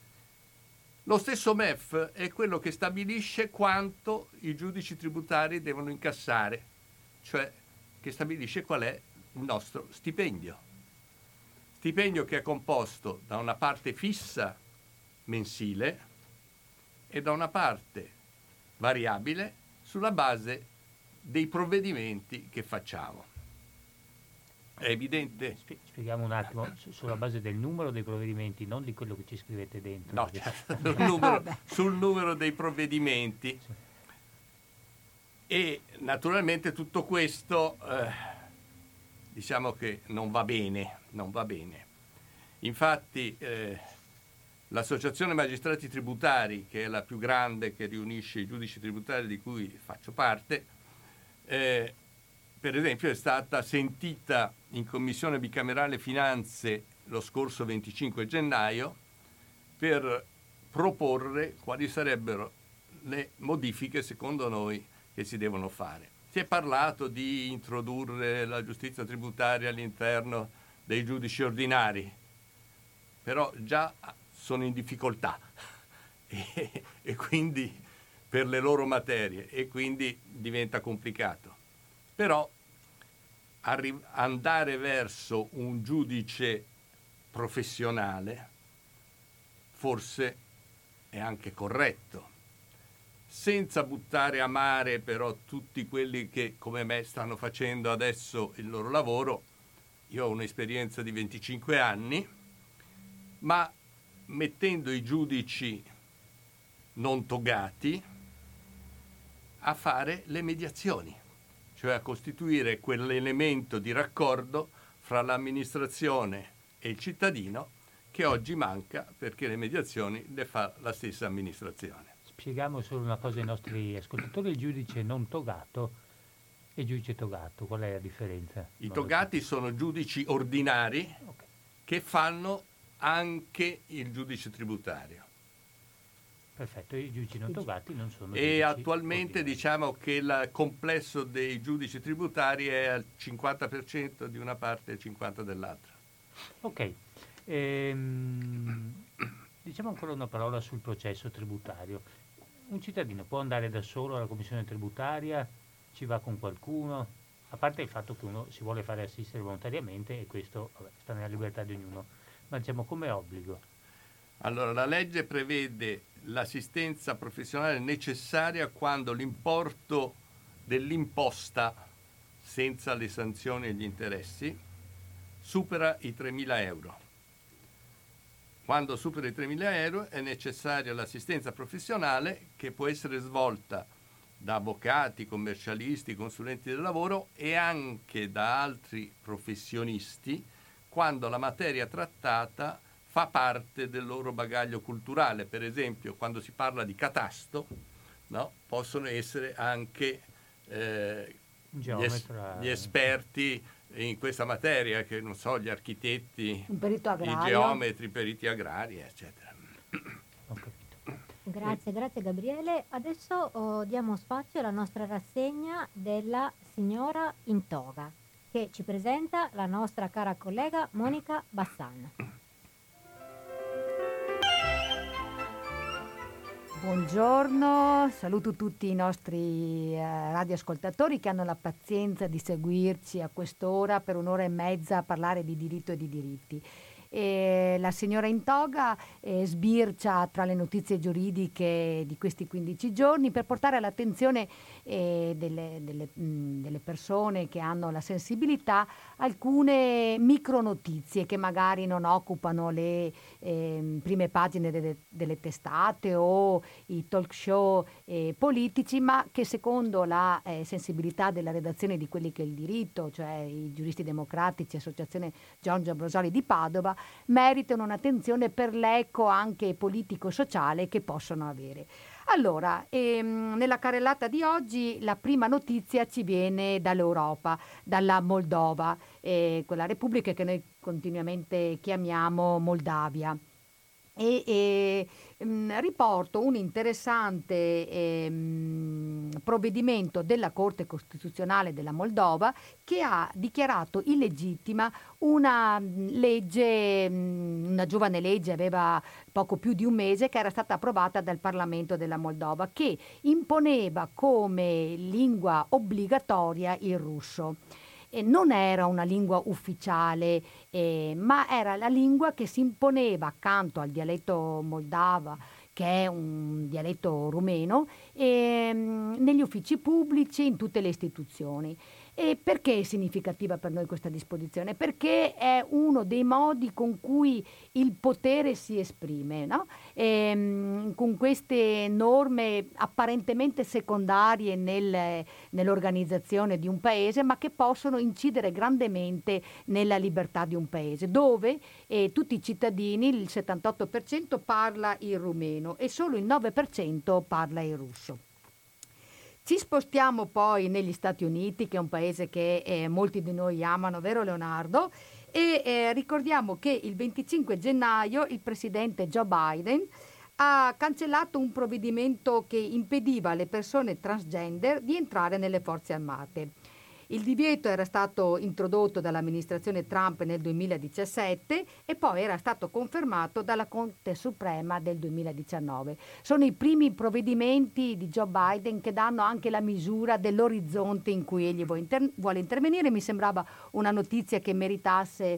Lo stesso MEF è quello che stabilisce quanto i giudici tributari devono incassare, cioè che stabilisce qual è il nostro stipendio. Stipendio che è composto da una parte fissa mensile e da una parte variabile sulla base dei provvedimenti che facciamo. È evidente.
Spieghiamo un attimo, sulla base del numero dei provvedimenti, non di quello che ci scrivete dentro.
No, certo, sul numero dei provvedimenti. Sì. E naturalmente tutto questo diciamo che non va bene. Infatti l'Associazione Magistrati Tributari, che è la più grande che riunisce i giudici tributari di cui faccio parte, per esempio è stata sentita in Commissione Bicamerale Finanze lo scorso 25 gennaio per proporre quali sarebbero le modifiche secondo noi che si devono fare. Si è parlato di introdurre la giustizia tributaria all'interno dei giudici ordinari, però già sono in difficoltà e quindi per le loro materie, e quindi diventa complicato. Però andare verso un giudice professionale forse è anche corretto, senza buttare a mare però tutti quelli che come me stanno facendo adesso il loro lavoro. Io ho un'esperienza di 25 anni, ma mettendo i giudici non togati a fare le mediazioni, cioè a costituire quell'elemento di raccordo fra l'amministrazione e il cittadino che oggi manca, perché le mediazioni le fa la stessa amministrazione.
Spieghiamo solo una cosa ai nostri ascoltatori: il giudice non togato e il giudice togato, qual è la differenza?
I togati sono giudici ordinari, okay, che fanno anche il giudice tributario.
Perfetto, i giudici non togati non sono
E
giudici
attualmente
ordinari.
diciamo che il complesso dei giudici tributari è al 50% di una parte e il 50% dell'altra.
Ok, diciamo ancora una parola sul processo tributario. Un cittadino può andare da solo alla commissione tributaria, ci va con qualcuno, a parte il fatto che uno si vuole fare assistere volontariamente e questo sta nella libertà di ognuno, ma diciamo come obbligo.
Allora, la legge prevede l'assistenza professionale necessaria quando l'importo dell'imposta, senza le sanzioni e gli interessi, supera i 3.000 euro. Quando supera i 3.000 euro è necessaria l'assistenza professionale, che può essere svolta da avvocati, commercialisti, consulenti del lavoro e anche da altri professionisti quando la materia trattata fa parte del loro bagaglio culturale. Per esempio, quando si parla di catasto, no? Possono essere anche gli esperti in questa materia, che non so, gli architetti,
Un perito
i
agrario.
geometri, i periti agrari, eccetera.
Ho capito.
Grazie Gabriele. Adesso diamo spazio alla nostra rassegna della signora in toga, che ci presenta la nostra cara collega Monica Bassan.
Buongiorno, saluto tutti i nostri radioascoltatori che hanno la pazienza di seguirci a quest'ora per un'ora e mezza a parlare di diritto e di diritti. La signora in toga sbircia tra le notizie giuridiche di questi 15 giorni per portare all'attenzione delle persone che hanno la sensibilità alcune micronotizie che magari non occupano le prime pagine delle testate o i talk show politici, ma che secondo la sensibilità della redazione di quelli che è il diritto, cioè i giuristi democratici, Associazione Giorgio Ambrosoli di Padova, meritano un'attenzione per l'eco anche politico-sociale che possono avere. Allora, nella carrellata di oggi la prima notizia ci viene dall'Europa, dalla Moldova, quella repubblica che noi continuamente chiamiamo Moldavia. Riporto un interessante provvedimento della Corte Costituzionale della Moldova che ha dichiarato illegittima una legge, una giovane legge, aveva poco più di un mese, che era stata approvata dal Parlamento della Moldova, che imponeva come lingua obbligatoria il russo. Non era una lingua ufficiale, ma era la lingua che si imponeva accanto al dialetto moldava, che è un dialetto rumeno, negli uffici pubblici, in tutte le istituzioni. E perché è significativa per noi questa disposizione? Perché è uno dei modi con cui il potere si esprime, no? Con queste norme apparentemente secondarie nell'organizzazione di un paese, ma che possono incidere grandemente nella libertà di un paese, dove tutti i cittadini, il 78% parla il rumeno e solo il 9% parla il russo. Ci spostiamo poi negli Stati Uniti, che è un paese che molti di noi amano, vero Leonardo? E ricordiamo che il 25 gennaio il presidente Joe Biden ha cancellato un provvedimento che impediva alle persone transgender di entrare nelle forze armate. Il divieto era stato introdotto dall'amministrazione Trump nel 2017 e poi era stato confermato dalla Corte Suprema del 2019. Sono i primi provvedimenti di Joe Biden che danno anche la misura dell'orizzonte in cui egli vuole intervenire. Mi sembrava una notizia che meritasse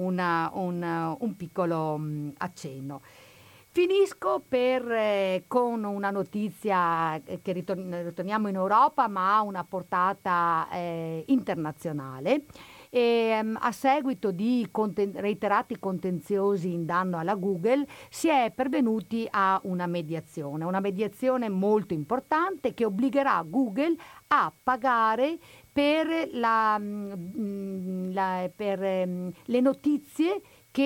un piccolo accenno. Finisco con una notizia che ritorniamo in Europa, ma ha una portata internazionale. A seguito di reiterati contenziosi in danno alla Google, si è pervenuti a una mediazione molto importante che obbligherà Google a pagare per le notizie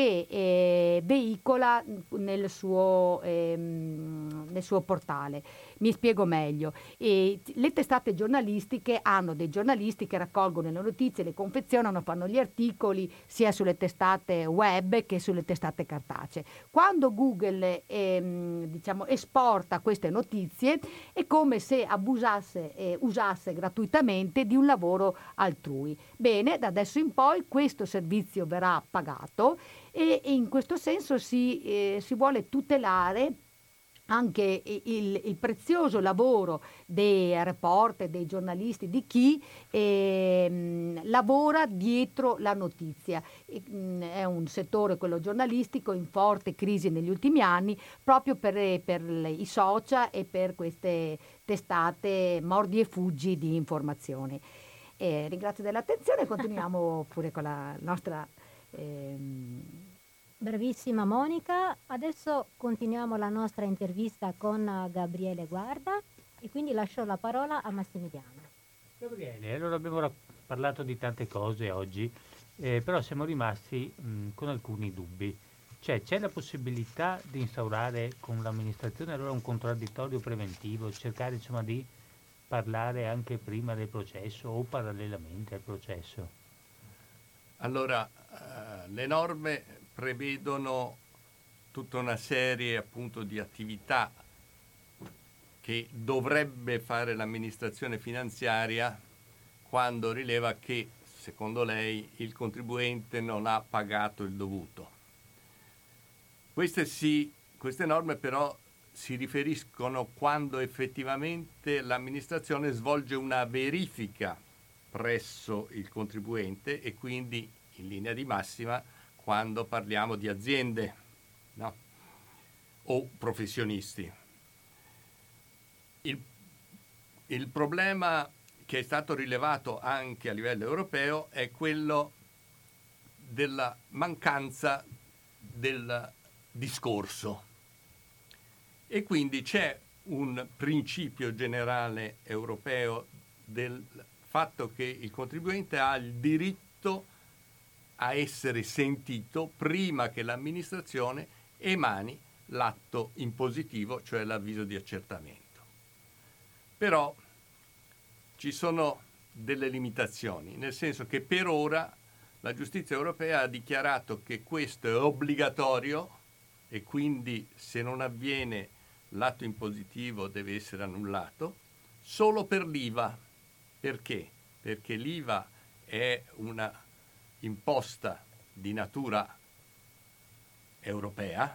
che veicola nel suo portale. Mi spiego meglio. Le testate giornalistiche hanno dei giornalisti che raccolgono le notizie, le confezionano, fanno gli articoli sia sulle testate web che sulle testate cartacee. Quando Google esporta queste notizie è come se usasse gratuitamente di un lavoro altrui. Bene, da adesso in poi questo servizio verrà pagato e in questo senso si vuole tutelare anche il prezioso lavoro dei reporter, dei giornalisti, di chi lavora dietro la notizia. È un settore, quello giornalistico, in forte crisi negli ultimi anni proprio per i social e per queste testate mordi e fuggi di informazioni. Ringrazio dell'attenzione, continuiamo pure con la nostra...
Bravissima Monica, adesso continuiamo la nostra intervista con Gabriele Guarda e quindi lascio la parola a Massimiliano.
Gabriele, allora abbiamo parlato di tante cose oggi, però siamo rimasti con alcuni dubbi. Cioè, c'è la possibilità di instaurare con l'amministrazione allora un contraddittorio preventivo, cercare insomma di parlare anche prima del processo o parallelamente al processo?
Allora, le norme prevedono tutta una serie appunto di attività che dovrebbe fare l'amministrazione finanziaria quando rileva che, secondo lei, il contribuente non ha pagato il dovuto. Queste norme però si riferiscono quando effettivamente l'amministrazione svolge una verifica presso il contribuente e quindi in linea di massima quando parliamo di aziende, no? O professionisti. Il problema che è stato rilevato anche a livello europeo è quello della mancanza del discorso. E quindi c'è un principio generale europeo del fatto che il contribuente ha il diritto a essere sentito prima che l'amministrazione emani l'atto impositivo, cioè l'avviso di accertamento. Però ci sono delle limitazioni, nel senso che per ora la giustizia europea ha dichiarato che questo è obbligatorio e quindi se non avviene l'atto impositivo deve essere annullato, solo per l'IVA. Perché? Perché l'IVA è una imposta di natura europea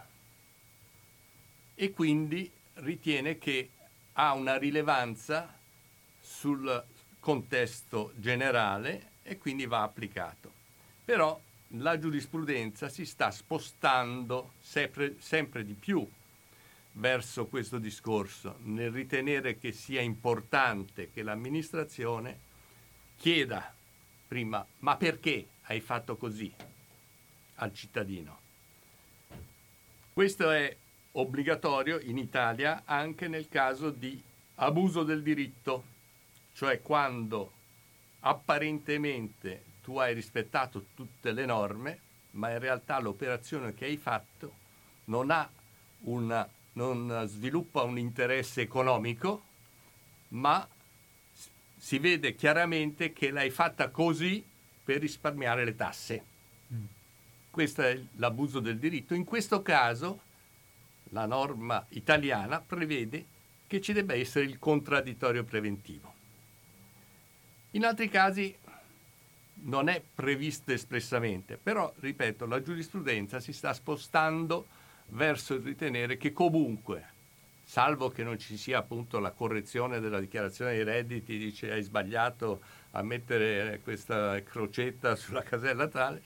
e quindi ritiene che ha una rilevanza sul contesto generale e quindi va applicato. Però la giurisprudenza si sta spostando sempre di più verso questo discorso, nel ritenere che sia importante che l'amministrazione chieda prima, ma perché hai fatto così al cittadino? Questo è obbligatorio in Italia anche nel caso di abuso del diritto, cioè quando apparentemente tu hai rispettato tutte le norme, ma in realtà l'operazione che hai fatto non sviluppa un interesse economico, ma si vede chiaramente che l'hai fatta così per risparmiare le tasse. Questo è l'abuso del diritto. In questo caso la norma italiana prevede che ci debba essere il contraddittorio preventivo. In altri casi non è previsto espressamente, però, ripeto, la giurisprudenza si sta spostando verso il ritenere che comunque, salvo che non ci sia appunto la correzione della dichiarazione dei redditi, dice hai sbagliato a mettere questa crocetta sulla casella tale,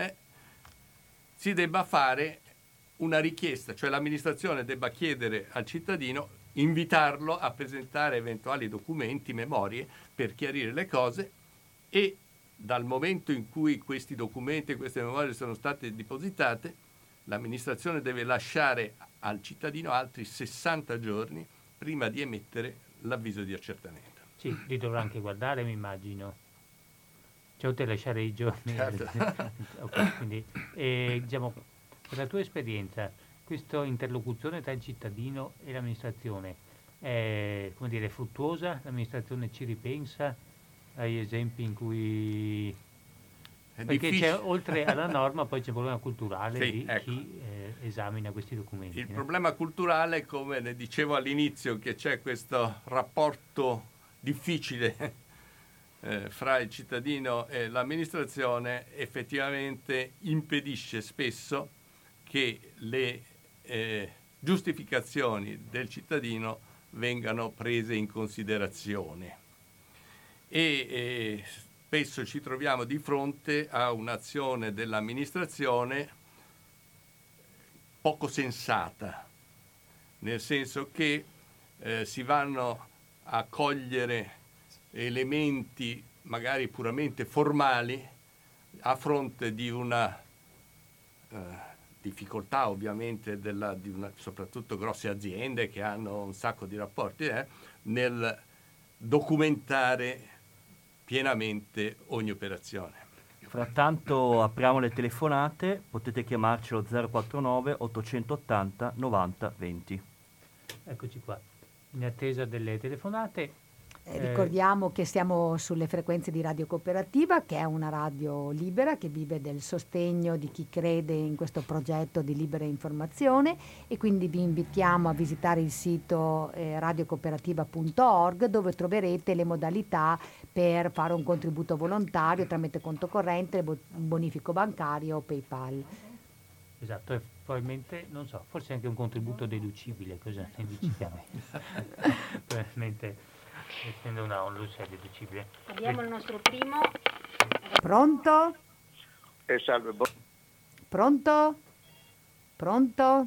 si debba fare una richiesta, cioè l'amministrazione debba chiedere al cittadino, invitarlo a presentare eventuali documenti, memorie, per chiarire le cose, e dal momento in cui questi documenti e queste memorie sono state depositate, l'amministrazione deve lasciare al cittadino altri 60 giorni prima di emettere l'avviso di accertamento.
Sì, li dovrà anche guardare, mi immagino. Cioè, te lasciare i giorni.
Certo.
Okay, quindi, diciamo, per la tua esperienza, questa interlocuzione tra il cittadino e l'amministrazione come dire, fruttuosa? L'amministrazione ci ripensa? Hai esempi in cui... Perché c'è, oltre alla norma, poi c'è un problema culturale
Sì,
di
ecco.
chi esamina questi documenti.
Il
no?
problema culturale, come ne dicevo all'inizio, che c'è questo rapporto difficile fra il cittadino e l'amministrazione, effettivamente impedisce spesso che le giustificazioni del cittadino vengano prese in considerazione. E spesso ci troviamo di fronte a un'azione dell'amministrazione poco sensata, nel senso che si vanno a cogliere elementi magari puramente formali a fronte di una difficoltà ovviamente soprattutto grosse aziende che hanno un sacco di rapporti nel documentare pienamente ogni operazione.
Frattanto apriamo le telefonate, potete chiamarci allo 049 880 90 20.
Eccoci qua, in attesa delle telefonate.
Ricordiamo che siamo sulle frequenze di Radio Cooperativa, che è una radio libera che vive del sostegno di chi crede in questo progetto di libera informazione, e quindi vi invitiamo a visitare il sito radiocooperativa.org, dove troverete le modalità per fare un contributo volontario tramite conto corrente, bonifico bancario o PayPal.
Esatto, e probabilmente, non so, forse anche un contributo deducibile, cosa ne dici? Probabilmente, essendo una onlus è deducibile.
Abbiamo il nostro primo.
Pronto?
Salve.
Pronto? Pronto?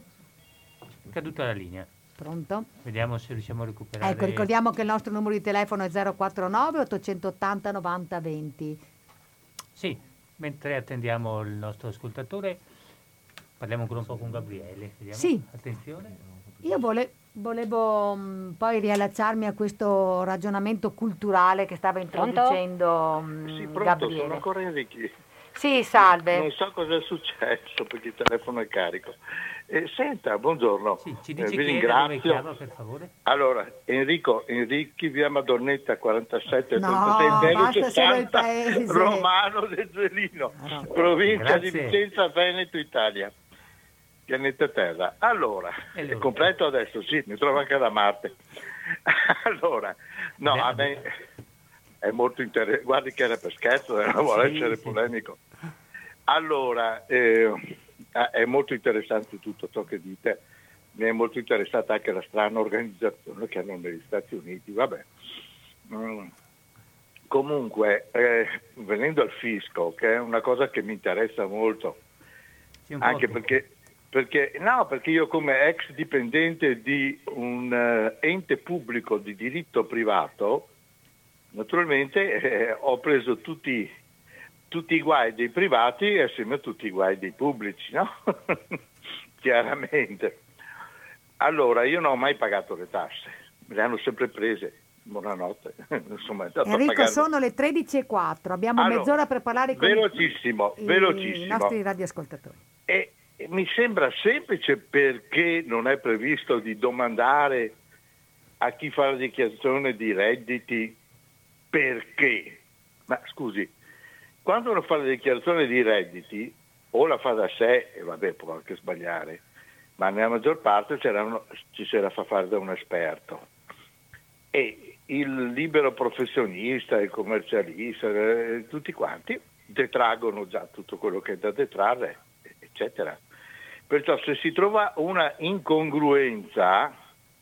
Caduta la linea.
Pronto?
Vediamo se riusciamo a recuperare.
Ecco, ricordiamo che il nostro numero di telefono è 049 880 90 20.
Sì, mentre attendiamo il nostro ascoltatore, parliamo ancora un po' con Gabriele. Vediamo.
Sì.
Attenzione.
Io volevo poi riallacciarmi a questo ragionamento culturale che stava introducendo
Sì, pronto,
Gabriele.
sono ancora Enrico.
Sì, salve.
Non so cosa è successo perché il telefono è carico. Senta, buongiorno.
Sì, ci dice
vi
chi è, da dove
ringrazio.
chiama, per favore?
Allora, Enrichi via Madonnetta 47
No,
36
basta solo il
60
paese.
Romano del Gelino,
No.
provincia di
Grazie.
Vicenza, Veneto, Italia. Pianeta Terra. Allora,
E
è
loro?
completo adesso? Sì, mi trovo anche da Marte. Allora, no,
Beh,
a me è molto interessante. Guardi che era per scherzo, non vuole
Sì,
essere
sì.
polemico. Allora, è molto interessante tutto ciò che dite, mi è molto interessata anche la strana organizzazione che hanno negli Stati Uniti, vabbè. Comunque, venendo al fisco, che è una cosa che mi interessa molto,
Sì, un po'
anche
tutti.
perché io come ex dipendente di un ente pubblico di diritto privato, naturalmente ho preso tutti i guai dei privati assieme a tutti i guai dei pubblici, no? Chiaramente. Allora, io non ho mai pagato le tasse, me le hanno sempre prese. Buonanotte. Insomma, è andato a
Enrico,
pagare.
sono le 13:04, abbiamo
Allora,
mezz'ora per parlare con
velocissimo.
i nostri radioascoltatori.
E mi sembra semplice perché non è previsto di domandare a chi fa la dichiarazione di redditi perché. Ma scusi, quando uno fa la dichiarazione di redditi o la fa da sé, e vabbè può anche sbagliare, ma nella maggior parte ci si la fa fare da un esperto. E il libero professionista, il commercialista, tutti quanti detraggono già tutto quello che è da detrarre, eccetera. Perciò se si trova una incongruenza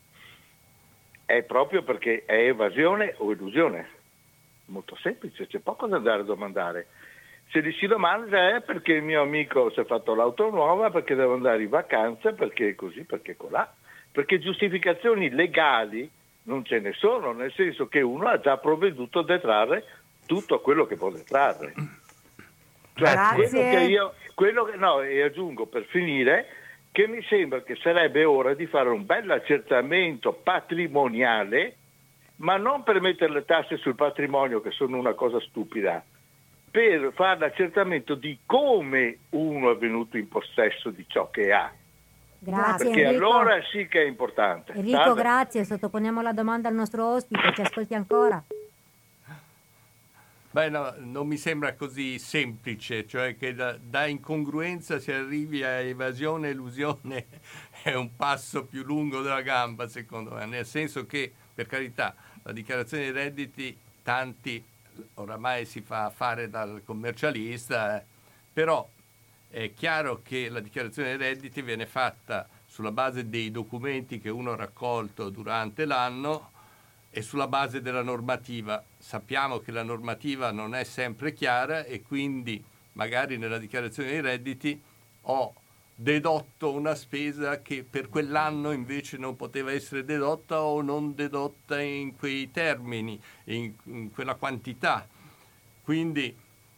è proprio perché è evasione o elusione. Molto semplice, c'è poco da andare a domandare. Se li si domanda è perché il mio amico si è fatto l'auto nuova, perché deve andare in vacanza, perché così, perché colà. Perché giustificazioni legali non ce ne sono, nel senso che uno ha già provveduto a detrarre tutto quello che può detrarre. Cioè,
Grazie.
E aggiungo per finire che mi sembra che sarebbe ora di fare un bel accertamento patrimoniale, ma non per mettere le tasse sul patrimonio, che sono una cosa stupida, per fare l'accertamento di come uno è venuto in possesso di ciò che ha.
Grazie
perché
Enrico.
allora sì che è importante.
Enrico,
Salve.
grazie, sottoponiamo la domanda al nostro ospite, ci ascolti ancora?
Beh, no, non mi sembra così semplice, cioè che da incongruenza si arrivi a evasione e elusione è un passo più lungo della gamba, secondo me, nel senso che, per carità, la dichiarazione dei redditi tanti oramai si fa fare dal commercialista, però è chiaro che la dichiarazione dei redditi viene fatta sulla base dei documenti che uno ha raccolto durante l'anno e sulla base della normativa. Sappiamo che la normativa non è sempre chiara e quindi magari nella dichiarazione dei redditi ho dedotto una spesa che per quell'anno invece non poteva essere dedotta o non dedotta in quei termini, in quella quantità. Quindi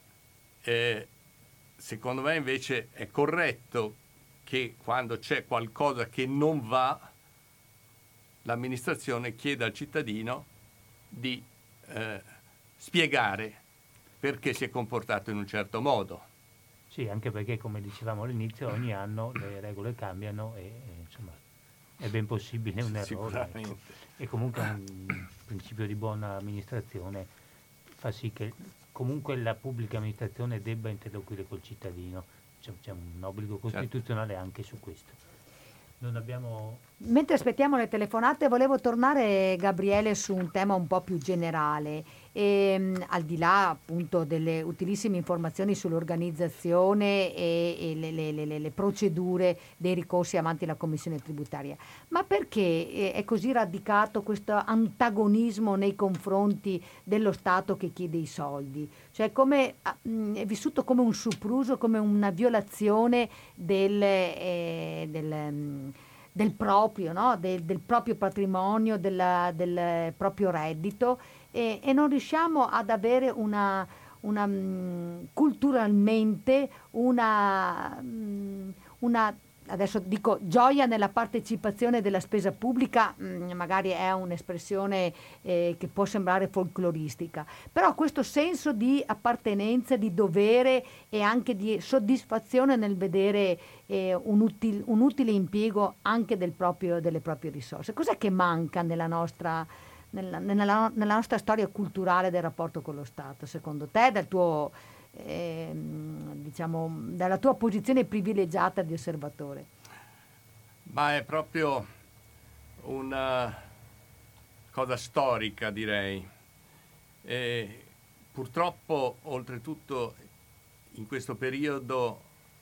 secondo me invece è corretto che quando c'è qualcosa che non va, l'amministrazione chieda al cittadino di spiegare perché si è comportato in un certo modo.
Sì, anche perché, come dicevamo all'inizio, ogni anno le regole cambiano e insomma è ben possibile un errore. Ecco. E comunque un principio di buona amministrazione fa sì che comunque la pubblica amministrazione debba interloquire col cittadino. C'è un obbligo costituzionale anche su questo. Non abbiamo...
Mentre aspettiamo le telefonate, volevo tornare, Gabriele, su un tema un po' più generale. Al di là appunto delle utilissime informazioni sull'organizzazione e le procedure dei ricorsi avanti la Commissione tributaria, ma perché è così radicato questo antagonismo nei confronti dello Stato che chiede i soldi? Cioè è vissuto come un sopruso, come una violazione del proprio, no? del proprio patrimonio, del proprio reddito, e non riusciamo ad avere culturalmente una adesso dico gioia nella partecipazione della spesa pubblica, magari è un'espressione che può sembrare folcloristica, però questo senso di appartenenza, di dovere e anche di soddisfazione nel vedere un utile impiego anche delle proprie risorse. Cos'è che manca nella nostra storia culturale del rapporto con lo Stato, secondo te, dal tuo dalla tua posizione privilegiata di osservatore?
Ma è proprio una cosa storica, direi. E purtroppo, oltretutto, in questo periodo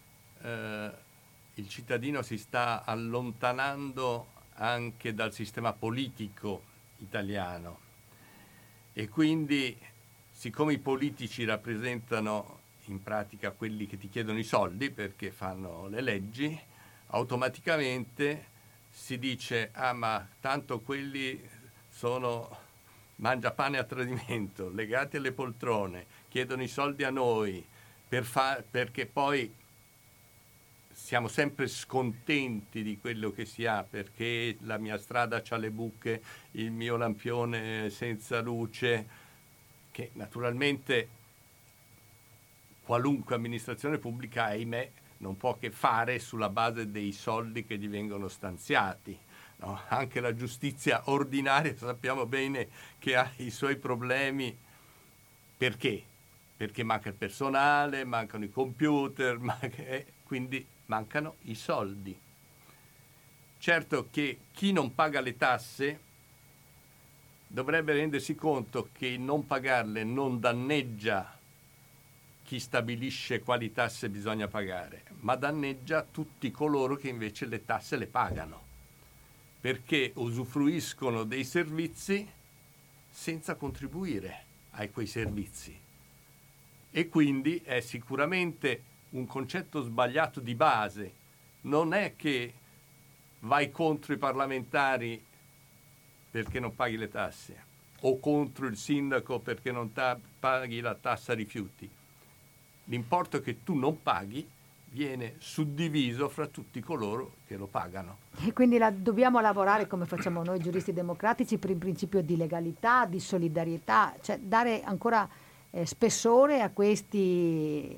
il cittadino si sta allontanando anche dal sistema politico italiano e quindi, siccome i politici rappresentano in pratica quelli che ti chiedono i soldi perché fanno le leggi, automaticamente si dice ma tanto quelli sono mangiapane a tradimento, legati alle poltrone, chiedono i soldi a noi perché poi siamo sempre scontenti di quello che si ha, perché la mia strada c'ha le buche, il mio lampione senza luce, che naturalmente qualunque amministrazione pubblica, ahimè, non può che fare sulla base dei soldi che gli vengono stanziati. No? Anche la giustizia ordinaria sappiamo bene che ha i suoi problemi. Perché? Perché manca il personale, mancano i computer, quindi mancano i soldi. Certo che chi non paga le tasse dovrebbe rendersi conto che non pagarle non danneggia chi stabilisce quali tasse bisogna pagare, ma danneggia tutti coloro che invece le tasse le pagano, perché usufruiscono dei servizi senza contribuire a quei servizi. E quindi è sicuramente un concetto sbagliato di base. Non è che vai contro i parlamentari perché non paghi le tasse o contro il sindaco perché non paghi la tassa rifiuti. L'importo che tu non paghi viene suddiviso fra tutti coloro che lo pagano.
E quindi dobbiamo lavorare, come facciamo noi giuristi democratici, per il principio di legalità, di solidarietà, cioè dare ancora spessore a questi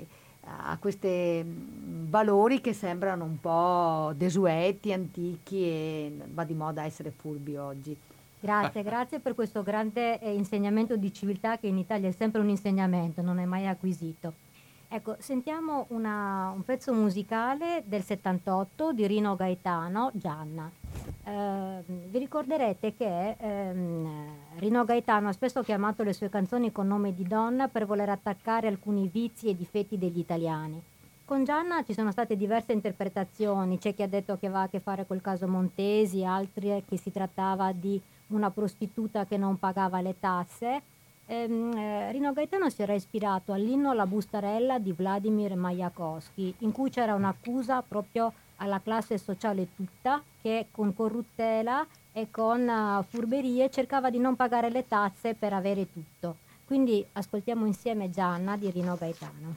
a questi valori che sembrano un po' desueti, antichi e va di moda essere furbi oggi.
Grazie per questo grande insegnamento di civiltà che in Italia è sempre un insegnamento, non è mai acquisito. Ecco, sentiamo un pezzo musicale del 78 di Rino Gaetano, Gianna. Vi ricorderete che Rino Gaetano ha spesso chiamato le sue canzoni con nome di donna per voler attaccare alcuni vizi e difetti degli italiani. Con Gianna ci sono state diverse interpretazioni, c'è chi ha detto che aveva a che fare col caso Montesi, altri che si trattava di una prostituta che non pagava le tasse. Rino Gaetano si era ispirato all'inno alla bustarella di Vladimir Majakovskij, in cui c'era un'accusa proprio alla classe sociale tutta che con corruttela e con furberie cercava di non pagare le tasse per avere tutto. Quindi ascoltiamo insieme Gianna di Rino Gaetano.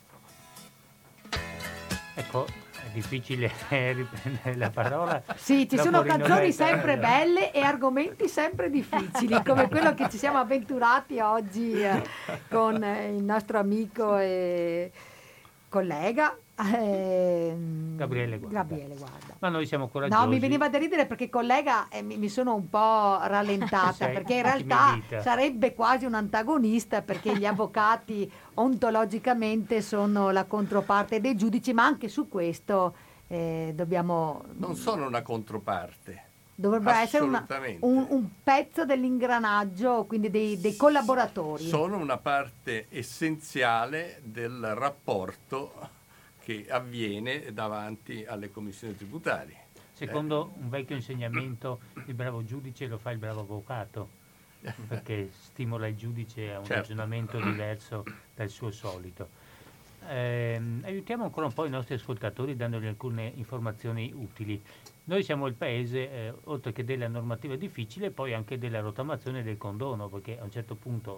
Ecco, è difficile riprendere la parola.
Sì, ci
dopo
sono
Rino
canzoni
Gaetano.
sempre belle e argomenti sempre difficili, come quello che ci siamo avventurati oggi con il nostro amico e collega
Gabriele Guarda. Ma noi siamo coraggiosi.
No, mi veniva da ridere perché collega mi sono un po' rallentata
Sei
perché in realtà
intimidita.
sarebbe quasi un antagonista perché gli avvocati ontologicamente sono la controparte dei giudici, ma anche su questo dobbiamo...
Non sono una controparte.
Dovrebbe essere
Assolutamente.
un pezzo dell'ingranaggio, quindi dei collaboratori.
Sono una parte essenziale del rapporto che avviene davanti alle commissioni tributarie.
Secondo un vecchio insegnamento, il bravo giudice lo fa il bravo avvocato, perché stimola il giudice a un
Certo.
ragionamento diverso dal suo solito. Aiutiamo ancora un po' i nostri ascoltatori dandogli alcune informazioni utili. Noi siamo il paese, oltre che della normativa difficile, poi anche della rottamazione del condono, perché a un certo punto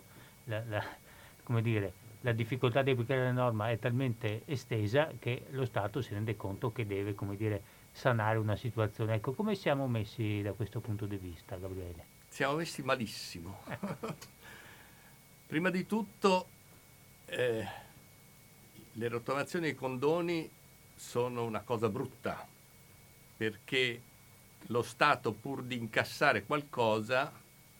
la difficoltà di applicare la norma è talmente estesa che lo Stato si rende conto che deve, sanare una situazione. Ecco, come siamo messi da questo punto di vista, Gabriele?
Siamo messi malissimo. Prima di tutto, le rottamazioni e i condoni sono una cosa brutta, perché lo Stato, pur di incassare qualcosa,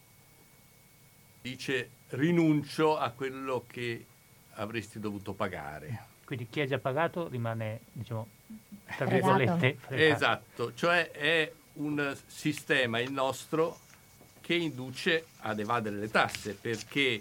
dice rinuncio a quello che avresti dovuto pagare.
Quindi chi ha già pagato rimane, tra
Fregato.
virgolette, fregato.
Esatto, cioè è un sistema, il nostro, che induce ad evadere le tasse, perché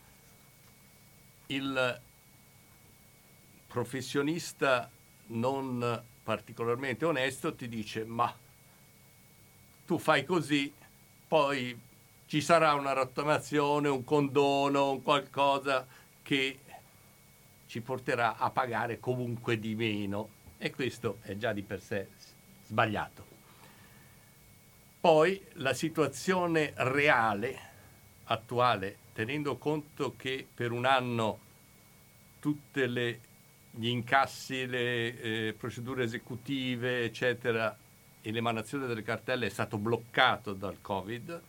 il professionista non particolarmente onesto ti dice ma tu fai così, poi ci sarà una rottamazione, un condono, un qualcosa che ci porterà a pagare comunque di meno, e questo è già di per sé sbagliato. Poi la situazione reale, attuale, tenendo conto che per un anno tutte gli incassi, le procedure esecutive, eccetera, e l'emanazione delle cartelle è stato bloccato dal Covid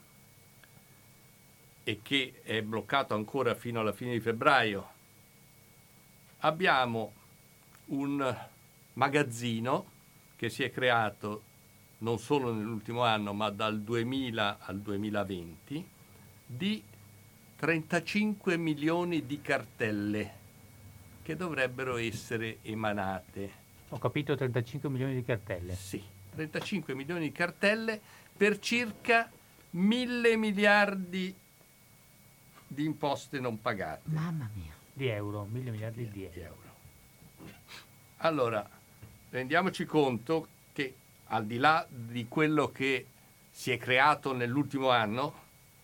e che è bloccato ancora fino alla fine di febbraio. Abbiamo un magazzino che si è creato non solo nell'ultimo anno, ma dal 2000 al 2020, di 35 milioni di cartelle che dovrebbero essere emanate.
Ho capito, 35 milioni di cartelle.
Sì, 35 milioni di cartelle per circa 1.000 miliardi di imposte non pagate.
Mamma mia.
Di euro, 1.000 miliardi di euro.
Allora, rendiamoci conto che al di là di quello che si è creato nell'ultimo anno,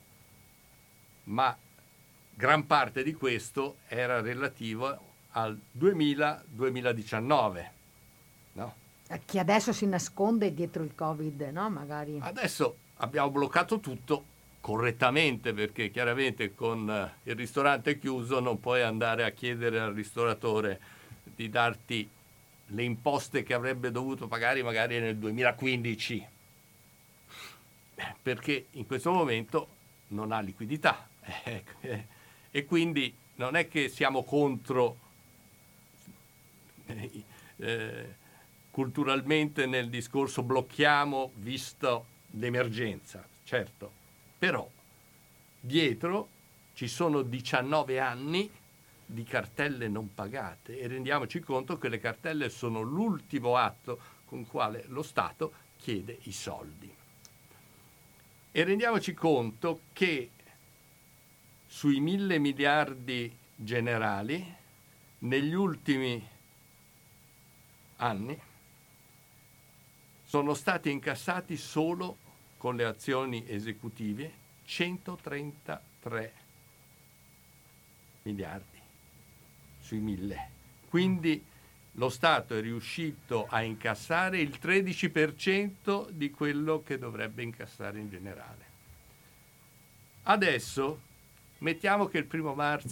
ma gran parte di questo era relativo al 2000-2019, no?
Che adesso si nasconde dietro il Covid, no? Magari.
Adesso abbiamo bloccato tutto correttamente, perché chiaramente con il ristorante chiuso non puoi andare a chiedere al ristoratore di darti le imposte che avrebbe dovuto pagare magari nel 2015, perché in questo momento non ha liquidità. E quindi non è che siamo contro culturalmente nel discorso blocchiamo visto l'emergenza, certo, però dietro ci sono 19 anni di cartelle non pagate e rendiamoci conto che le cartelle sono l'ultimo atto con quale lo Stato chiede i soldi. E rendiamoci conto che sui 1.000 miliardi generali, negli ultimi anni, sono stati incassati solo con le azioni esecutive 133 miliardi sui 1.000. Quindi lo Stato è riuscito a incassare il 13% di quello che dovrebbe incassare in generale. Adesso mettiamo che il primo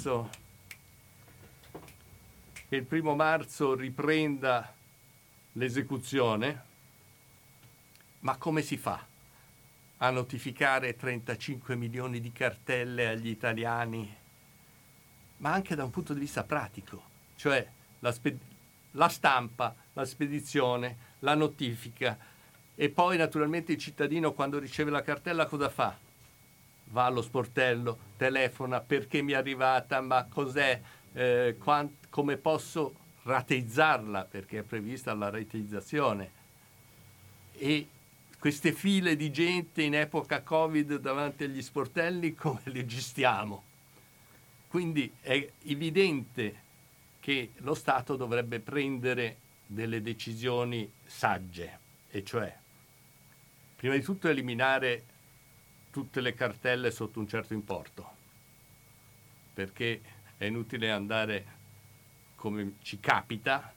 marzo riprenda l'esecuzione, ma come si fa a notificare 35 milioni di cartelle agli italiani, ma anche da un punto di vista pratico, cioè la stampa, la spedizione, la notifica e poi naturalmente il cittadino quando riceve la cartella cosa fa? Va allo sportello, telefona, perché mi è arrivata, ma cos'è, come posso rateizzarla, perché è prevista la rateizzazione. E queste file di gente in epoca Covid davanti agli sportelli come le gestiamo? Quindi è evidente che lo Stato dovrebbe prendere delle decisioni sagge, e cioè, prima di tutto eliminare tutte le cartelle sotto un certo importo, perché è inutile andare, come ci capita,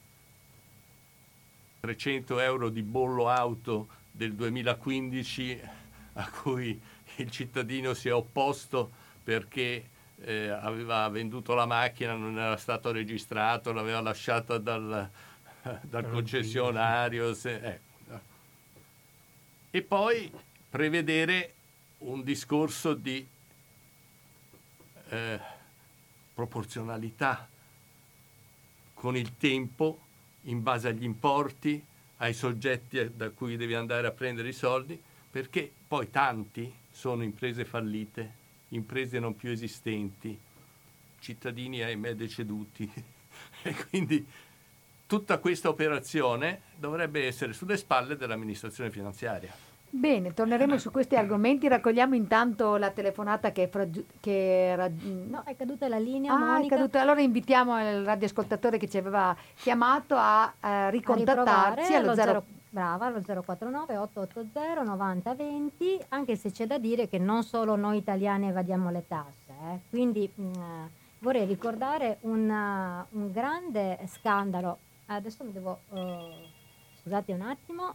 300 euro di bollo auto del 2015 a cui il cittadino si è opposto perché aveva venduto la macchina, non era stato registrato, l'aveva lasciata dal concessionario. E poi prevedere un discorso di proporzionalità con il tempo, in base agli importi, ai soggetti da cui devi andare a prendere i soldi, perché poi tanti sono imprese fallite, imprese non più esistenti, cittadini ahimè deceduti e quindi tutta questa operazione dovrebbe essere sulle spalle dell'amministrazione finanziaria.
Bene, torneremo su questi argomenti, raccogliamo intanto la telefonata che
no, è caduta la linea,
è
Monica.
caduta. Allora invitiamo il radioascoltatore che ci aveva chiamato a ricontattarci allo
049 880 90 20, anche se c'è da dire che non solo noi italiani evadiamo le tasse, quindi vorrei ricordare un grande scandalo. Adesso mi devo scusate un attimo.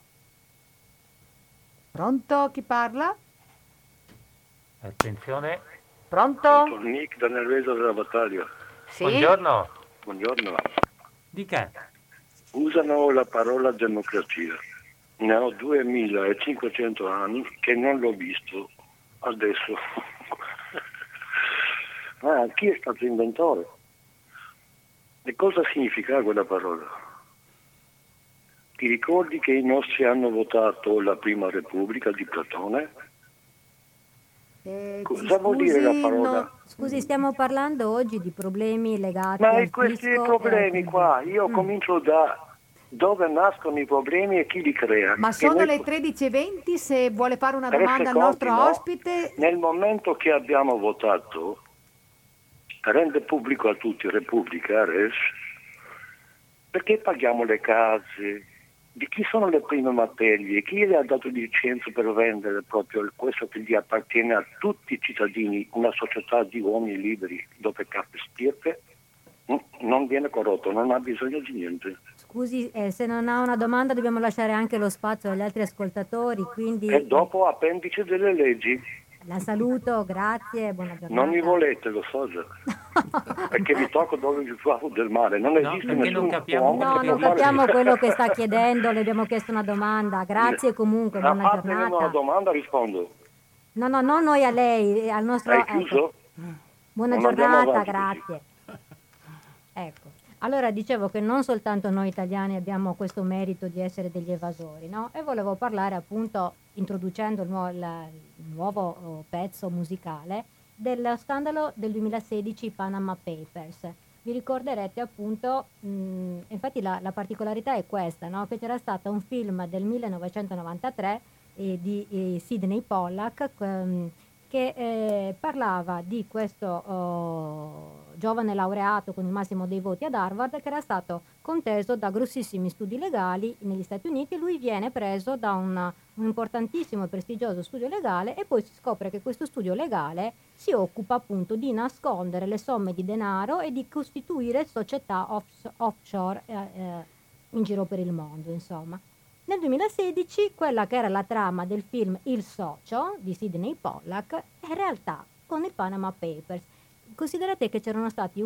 Pronto? Chi parla?
Attenzione.
Pronto?
Nick da Nerveso della Battaglia.
Sì?
Buongiorno.
Buongiorno.
Dica.
Usano la parola democrazia. Ne ho 2500 anni che non l'ho visto adesso. Ma chi è stato inventore? E cosa significa quella parola? Ti ricordi che i nostri hanno votato la prima Repubblica di Platone? Cosa vuol dire la parola?
Scusi, stiamo parlando oggi di problemi legati
Ma
al
questi
fisco
problemi qua, io comincio da dove nascono i problemi e chi li crea.
Ma sono le 13:20, se vuole fare una
3
domanda al
secondi,
nostro
no?
ospite.
Nel momento che abbiamo votato, rende pubblico a tutti Repubblica, res, perché paghiamo le case? Di chi sono le prime materie? Chi le ha dato licenza per vendere proprio questo che gli appartiene a tutti i cittadini, una società di uomini liberi dove capi stirpe non viene corrotto, non ha bisogno di niente.
Scusi, se non ha una domanda dobbiamo lasciare anche lo spazio agli altri ascoltatori, quindi
E dopo appendice delle leggi.
la saluto, grazie, buona giornata.
Non mi volete, lo so già. Perché vi tocco dove vi fa del male. Non esiste
perché
nessun
non capiamo
uomo
No,
che
non
può fare
capiamo
di-
quello che sta chiedendo, le abbiamo chiesto una domanda. Grazie comunque, buona
A parte una
giornata.
domanda rispondo.
No, non noi a lei, al nostro...
Hai
ecco.
chiuso?
Buona
Non andiamo
giornata,
avanti così.
grazie. Ecco. Allora dicevo che non soltanto noi italiani abbiamo questo merito di essere degli evasori, no? E volevo parlare appunto, introducendo il nuovo pezzo musicale, dello scandalo del 2016 Panama Papers. Vi ricorderete appunto, infatti la particolarità è questa, no? Che c'era stato un film del 1993 di Sidney Pollack che parlava di questo giovane laureato con il massimo dei voti ad Harvard, che era stato conteso da grossissimi studi legali negli Stati Uniti. Lui viene preso da un importantissimo e prestigioso studio legale, e poi si scopre che questo studio legale si occupa appunto di nascondere le somme di denaro e di costituire società offshore in giro per il mondo, insomma. Nel 2016 quella che era la trama del film Il Socio di Sidney Pollack è in realtà con il Panama Papers. Considerate che c'erano stati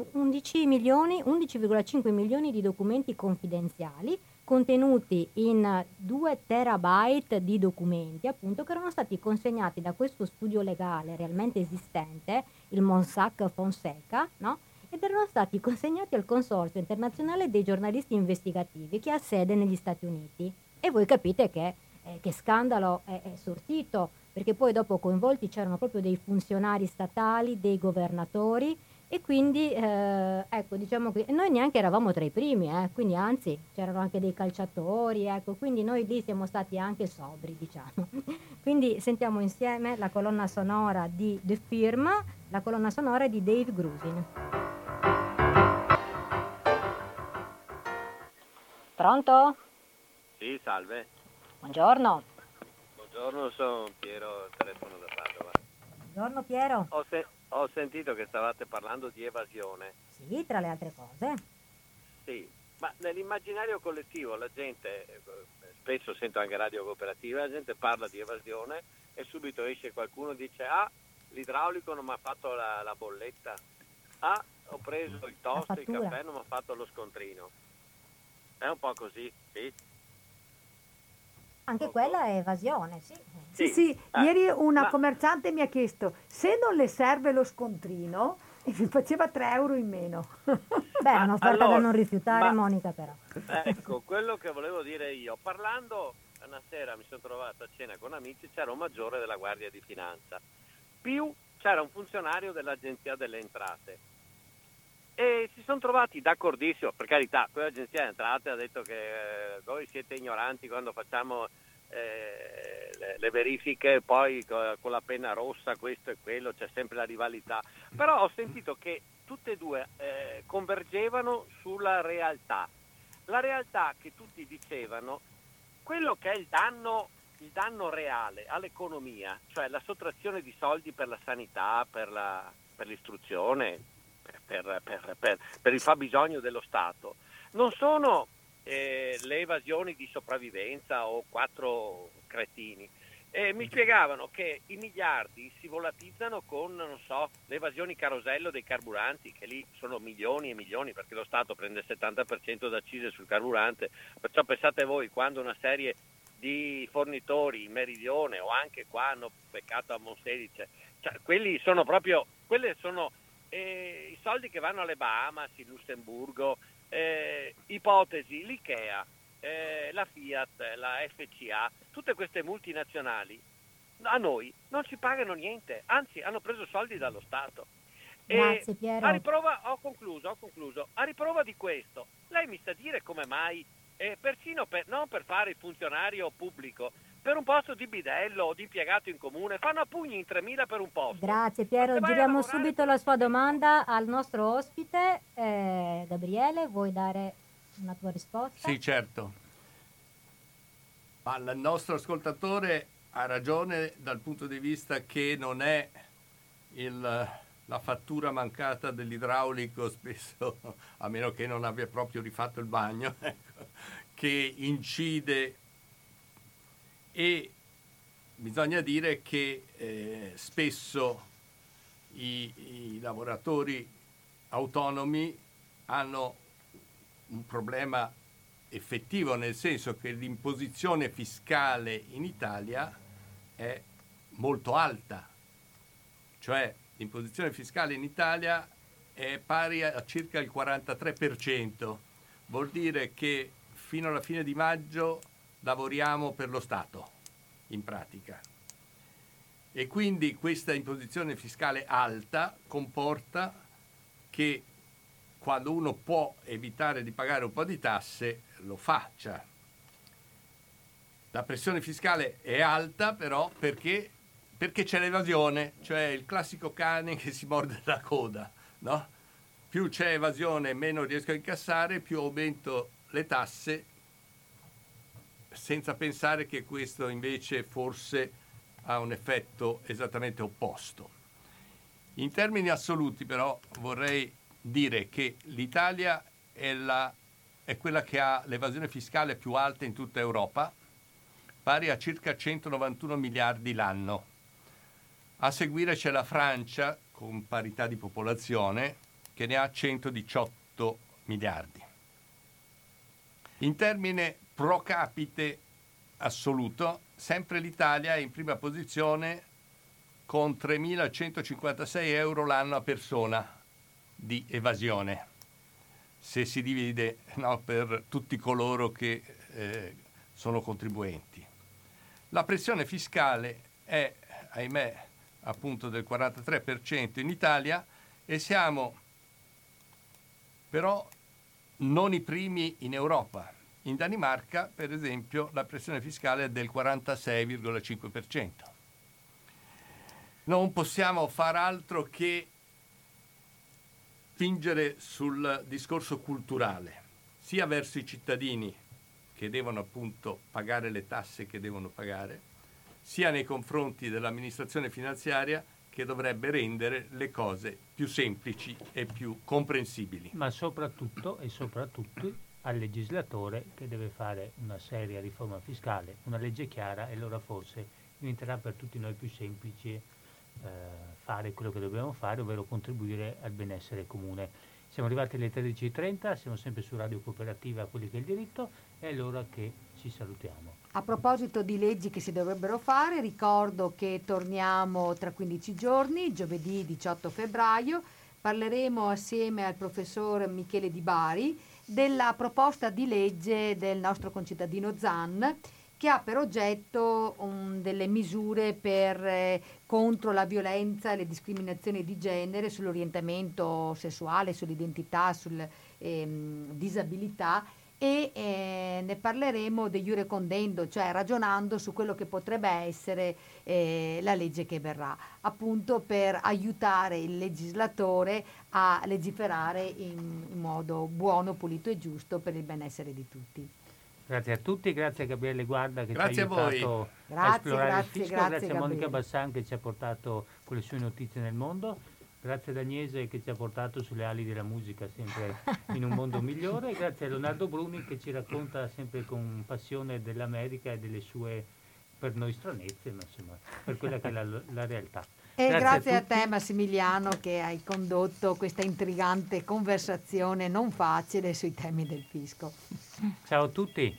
11,5 milioni di documenti confidenziali contenuti in 2 terabyte di documenti, appunto, che erano stati consegnati da questo studio legale realmente esistente, il Mossack Fonseca, no? Ed erano stati consegnati al Consorzio Internazionale dei Giornalisti Investigativi, che ha sede negli Stati Uniti. E voi capite che scandalo è sortito, perché poi dopo coinvolti c'erano proprio dei funzionari statali, dei governatori, e quindi ecco, diciamo che noi neanche eravamo tra i primi, quindi anzi c'erano anche dei calciatori, ecco, quindi noi lì siamo stati anche sobri, diciamo. Quindi sentiamo insieme la colonna sonora di The Firm, la colonna sonora di Dave Grusin. Pronto?
Sì, salve.
Buongiorno.
Buongiorno, sono Piero, telefono da Padova.
Buongiorno Piero.
Ho sentito che stavate parlando di evasione.
Sì, tra le altre cose.
Sì, ma nell'immaginario collettivo la gente, spesso sento anche Radio Cooperativa, la gente parla di evasione e subito esce qualcuno e dice: ah, l'idraulico non mi ha fatto la bolletta, ah, ho preso il toast, il caffè, non mi ha fatto lo scontrino. È un po' così, sì.
Anche quella è evasione, sì.
Sì. Ieri una commerciante mi ha chiesto se non le serve lo scontrino, e mi faceva 3 euro in meno.
Beh, è un'offerta da non rifiutare, Monica, però.
Ecco, quello che volevo dire io, parlando una sera mi sono trovato a cena con amici, c'era un maggiore della Guardia di Finanza, più c'era un funzionario dell'Agenzia delle Entrate. E si sono trovati d'accordissimo, per carità, quell'Agenzia delle Entrate ha detto che voi siete ignoranti quando facciamo le verifiche, poi con la penna rossa questo e quello, c'è sempre la rivalità. Però ho sentito che tutte e due convergevano sulla realtà. La realtà che tutti dicevano, quello che è il danno reale all'economia, cioè la sottrazione di soldi per la sanità, per l'istruzione, per il fabbisogno dello Stato, non sono le evasioni di sopravvivenza o 4 cretini. Mi spiegavano che i miliardi si volatizzano con, non so, le evasioni carosello dei carburanti, che lì sono milioni e milioni, perché lo Stato prende il 70% d'accise sul carburante. Perciò pensate voi, quando una serie di fornitori in Meridione o anche qua hanno peccato a Monselice, cioè, quelle sono i soldi che vanno alle Bahamas, in Lussemburgo, ipotesi, l'Ikea, la Fiat, la FCA, tutte queste multinazionali a noi non ci pagano niente, anzi hanno preso soldi dallo Stato.
Grazie Piero.
A riprova, ho concluso, a riprova di questo, lei mi sa dire come mai, persino non per fare il funzionario pubblico, per un posto di bidello o di impiegato in comune, fanno a pugni in 3.000 per un posto.
Grazie Piero, giriamo subito la sua domanda al nostro ospite. Gabriele, vuoi dare una tua risposta?
Sì, certo. Ma il nostro ascoltatore ha ragione dal punto di vista che non è la fattura mancata dell'idraulico, spesso, a meno che non abbia proprio rifatto il bagno, che incide. E bisogna dire che spesso i lavoratori autonomi hanno un problema effettivo, nel senso che l'imposizione fiscale in Italia è molto alta, cioè l'imposizione fiscale in Italia è pari a circa il 43%, vuol dire che fino alla fine di maggio lavoriamo per lo Stato, in pratica. E quindi questa imposizione fiscale alta comporta che quando uno può evitare di pagare un po' di tasse, lo faccia. La pressione fiscale è alta però perché c'è l'evasione, cioè il classico cane che si morde la coda, no? Più c'è evasione, meno riesco a incassare, più aumento le tasse, senza pensare che questo invece forse ha un effetto esattamente opposto. In termini assoluti però vorrei dire che l'Italia è quella che ha l'evasione fiscale più alta in tutta Europa, pari a circa 191 miliardi l'anno. A seguire c'è la Francia, con parità di popolazione, che ne ha 118 miliardi. In termine pro capite assoluto, sempre l'Italia è in prima posizione con 3.156 euro l'anno a persona di evasione, se si divide, no, per tutti coloro che sono contribuenti. La pressione fiscale è, ahimè, appunto del 43% in Italia, e siamo però non i primi in Europa. In Danimarca, per esempio, la pressione fiscale è del 46,5%. Non possiamo far altro che spingere sul discorso culturale, sia verso i cittadini che devono appunto pagare le tasse che devono pagare, sia nei confronti dell'amministrazione finanziaria che dovrebbe rendere le cose più semplici e più comprensibili.
Ma soprattutto al legislatore che deve fare una seria riforma fiscale, una legge chiara, e allora forse diventerà per tutti noi più semplice fare quello che dobbiamo fare, ovvero contribuire al benessere comune. Siamo arrivati alle 13.30, siamo sempre su Radio Cooperativa, quelli che è il diritto, è allora che ci salutiamo.
A proposito di leggi che si dovrebbero fare, ricordo che torniamo tra 15 giorni, giovedì 18 febbraio, parleremo assieme al professor Michele Di Bari della proposta di legge del nostro concittadino Zan, che ha per oggetto delle misure contro la violenza e le discriminazioni di genere, sull'orientamento sessuale, sull'identità, sulla disabilità, e ne parleremo de iure condendo, cioè ragionando su quello che potrebbe essere la legge che verrà, appunto per aiutare il legislatore a legiferare in modo buono, pulito e giusto per il benessere di tutti.
Grazie a tutti, grazie a Gabriele Guarda che
grazie
ci ha aiutato a esplorare il fisco, grazie a Monica Bassan che ci ha portato con le sue notizie nel mondo, grazie ad Agnese che ci ha portato sulle ali della musica sempre in un mondo migliore, e grazie a Leonardo Bruni che ci racconta sempre con passione dell'America e delle sue, per noi, stranezze, ma insomma per quella che è la realtà.
E grazie a te Massimiliano che hai condotto questa intrigante conversazione non facile sui temi del fisco.
Ciao a tutti.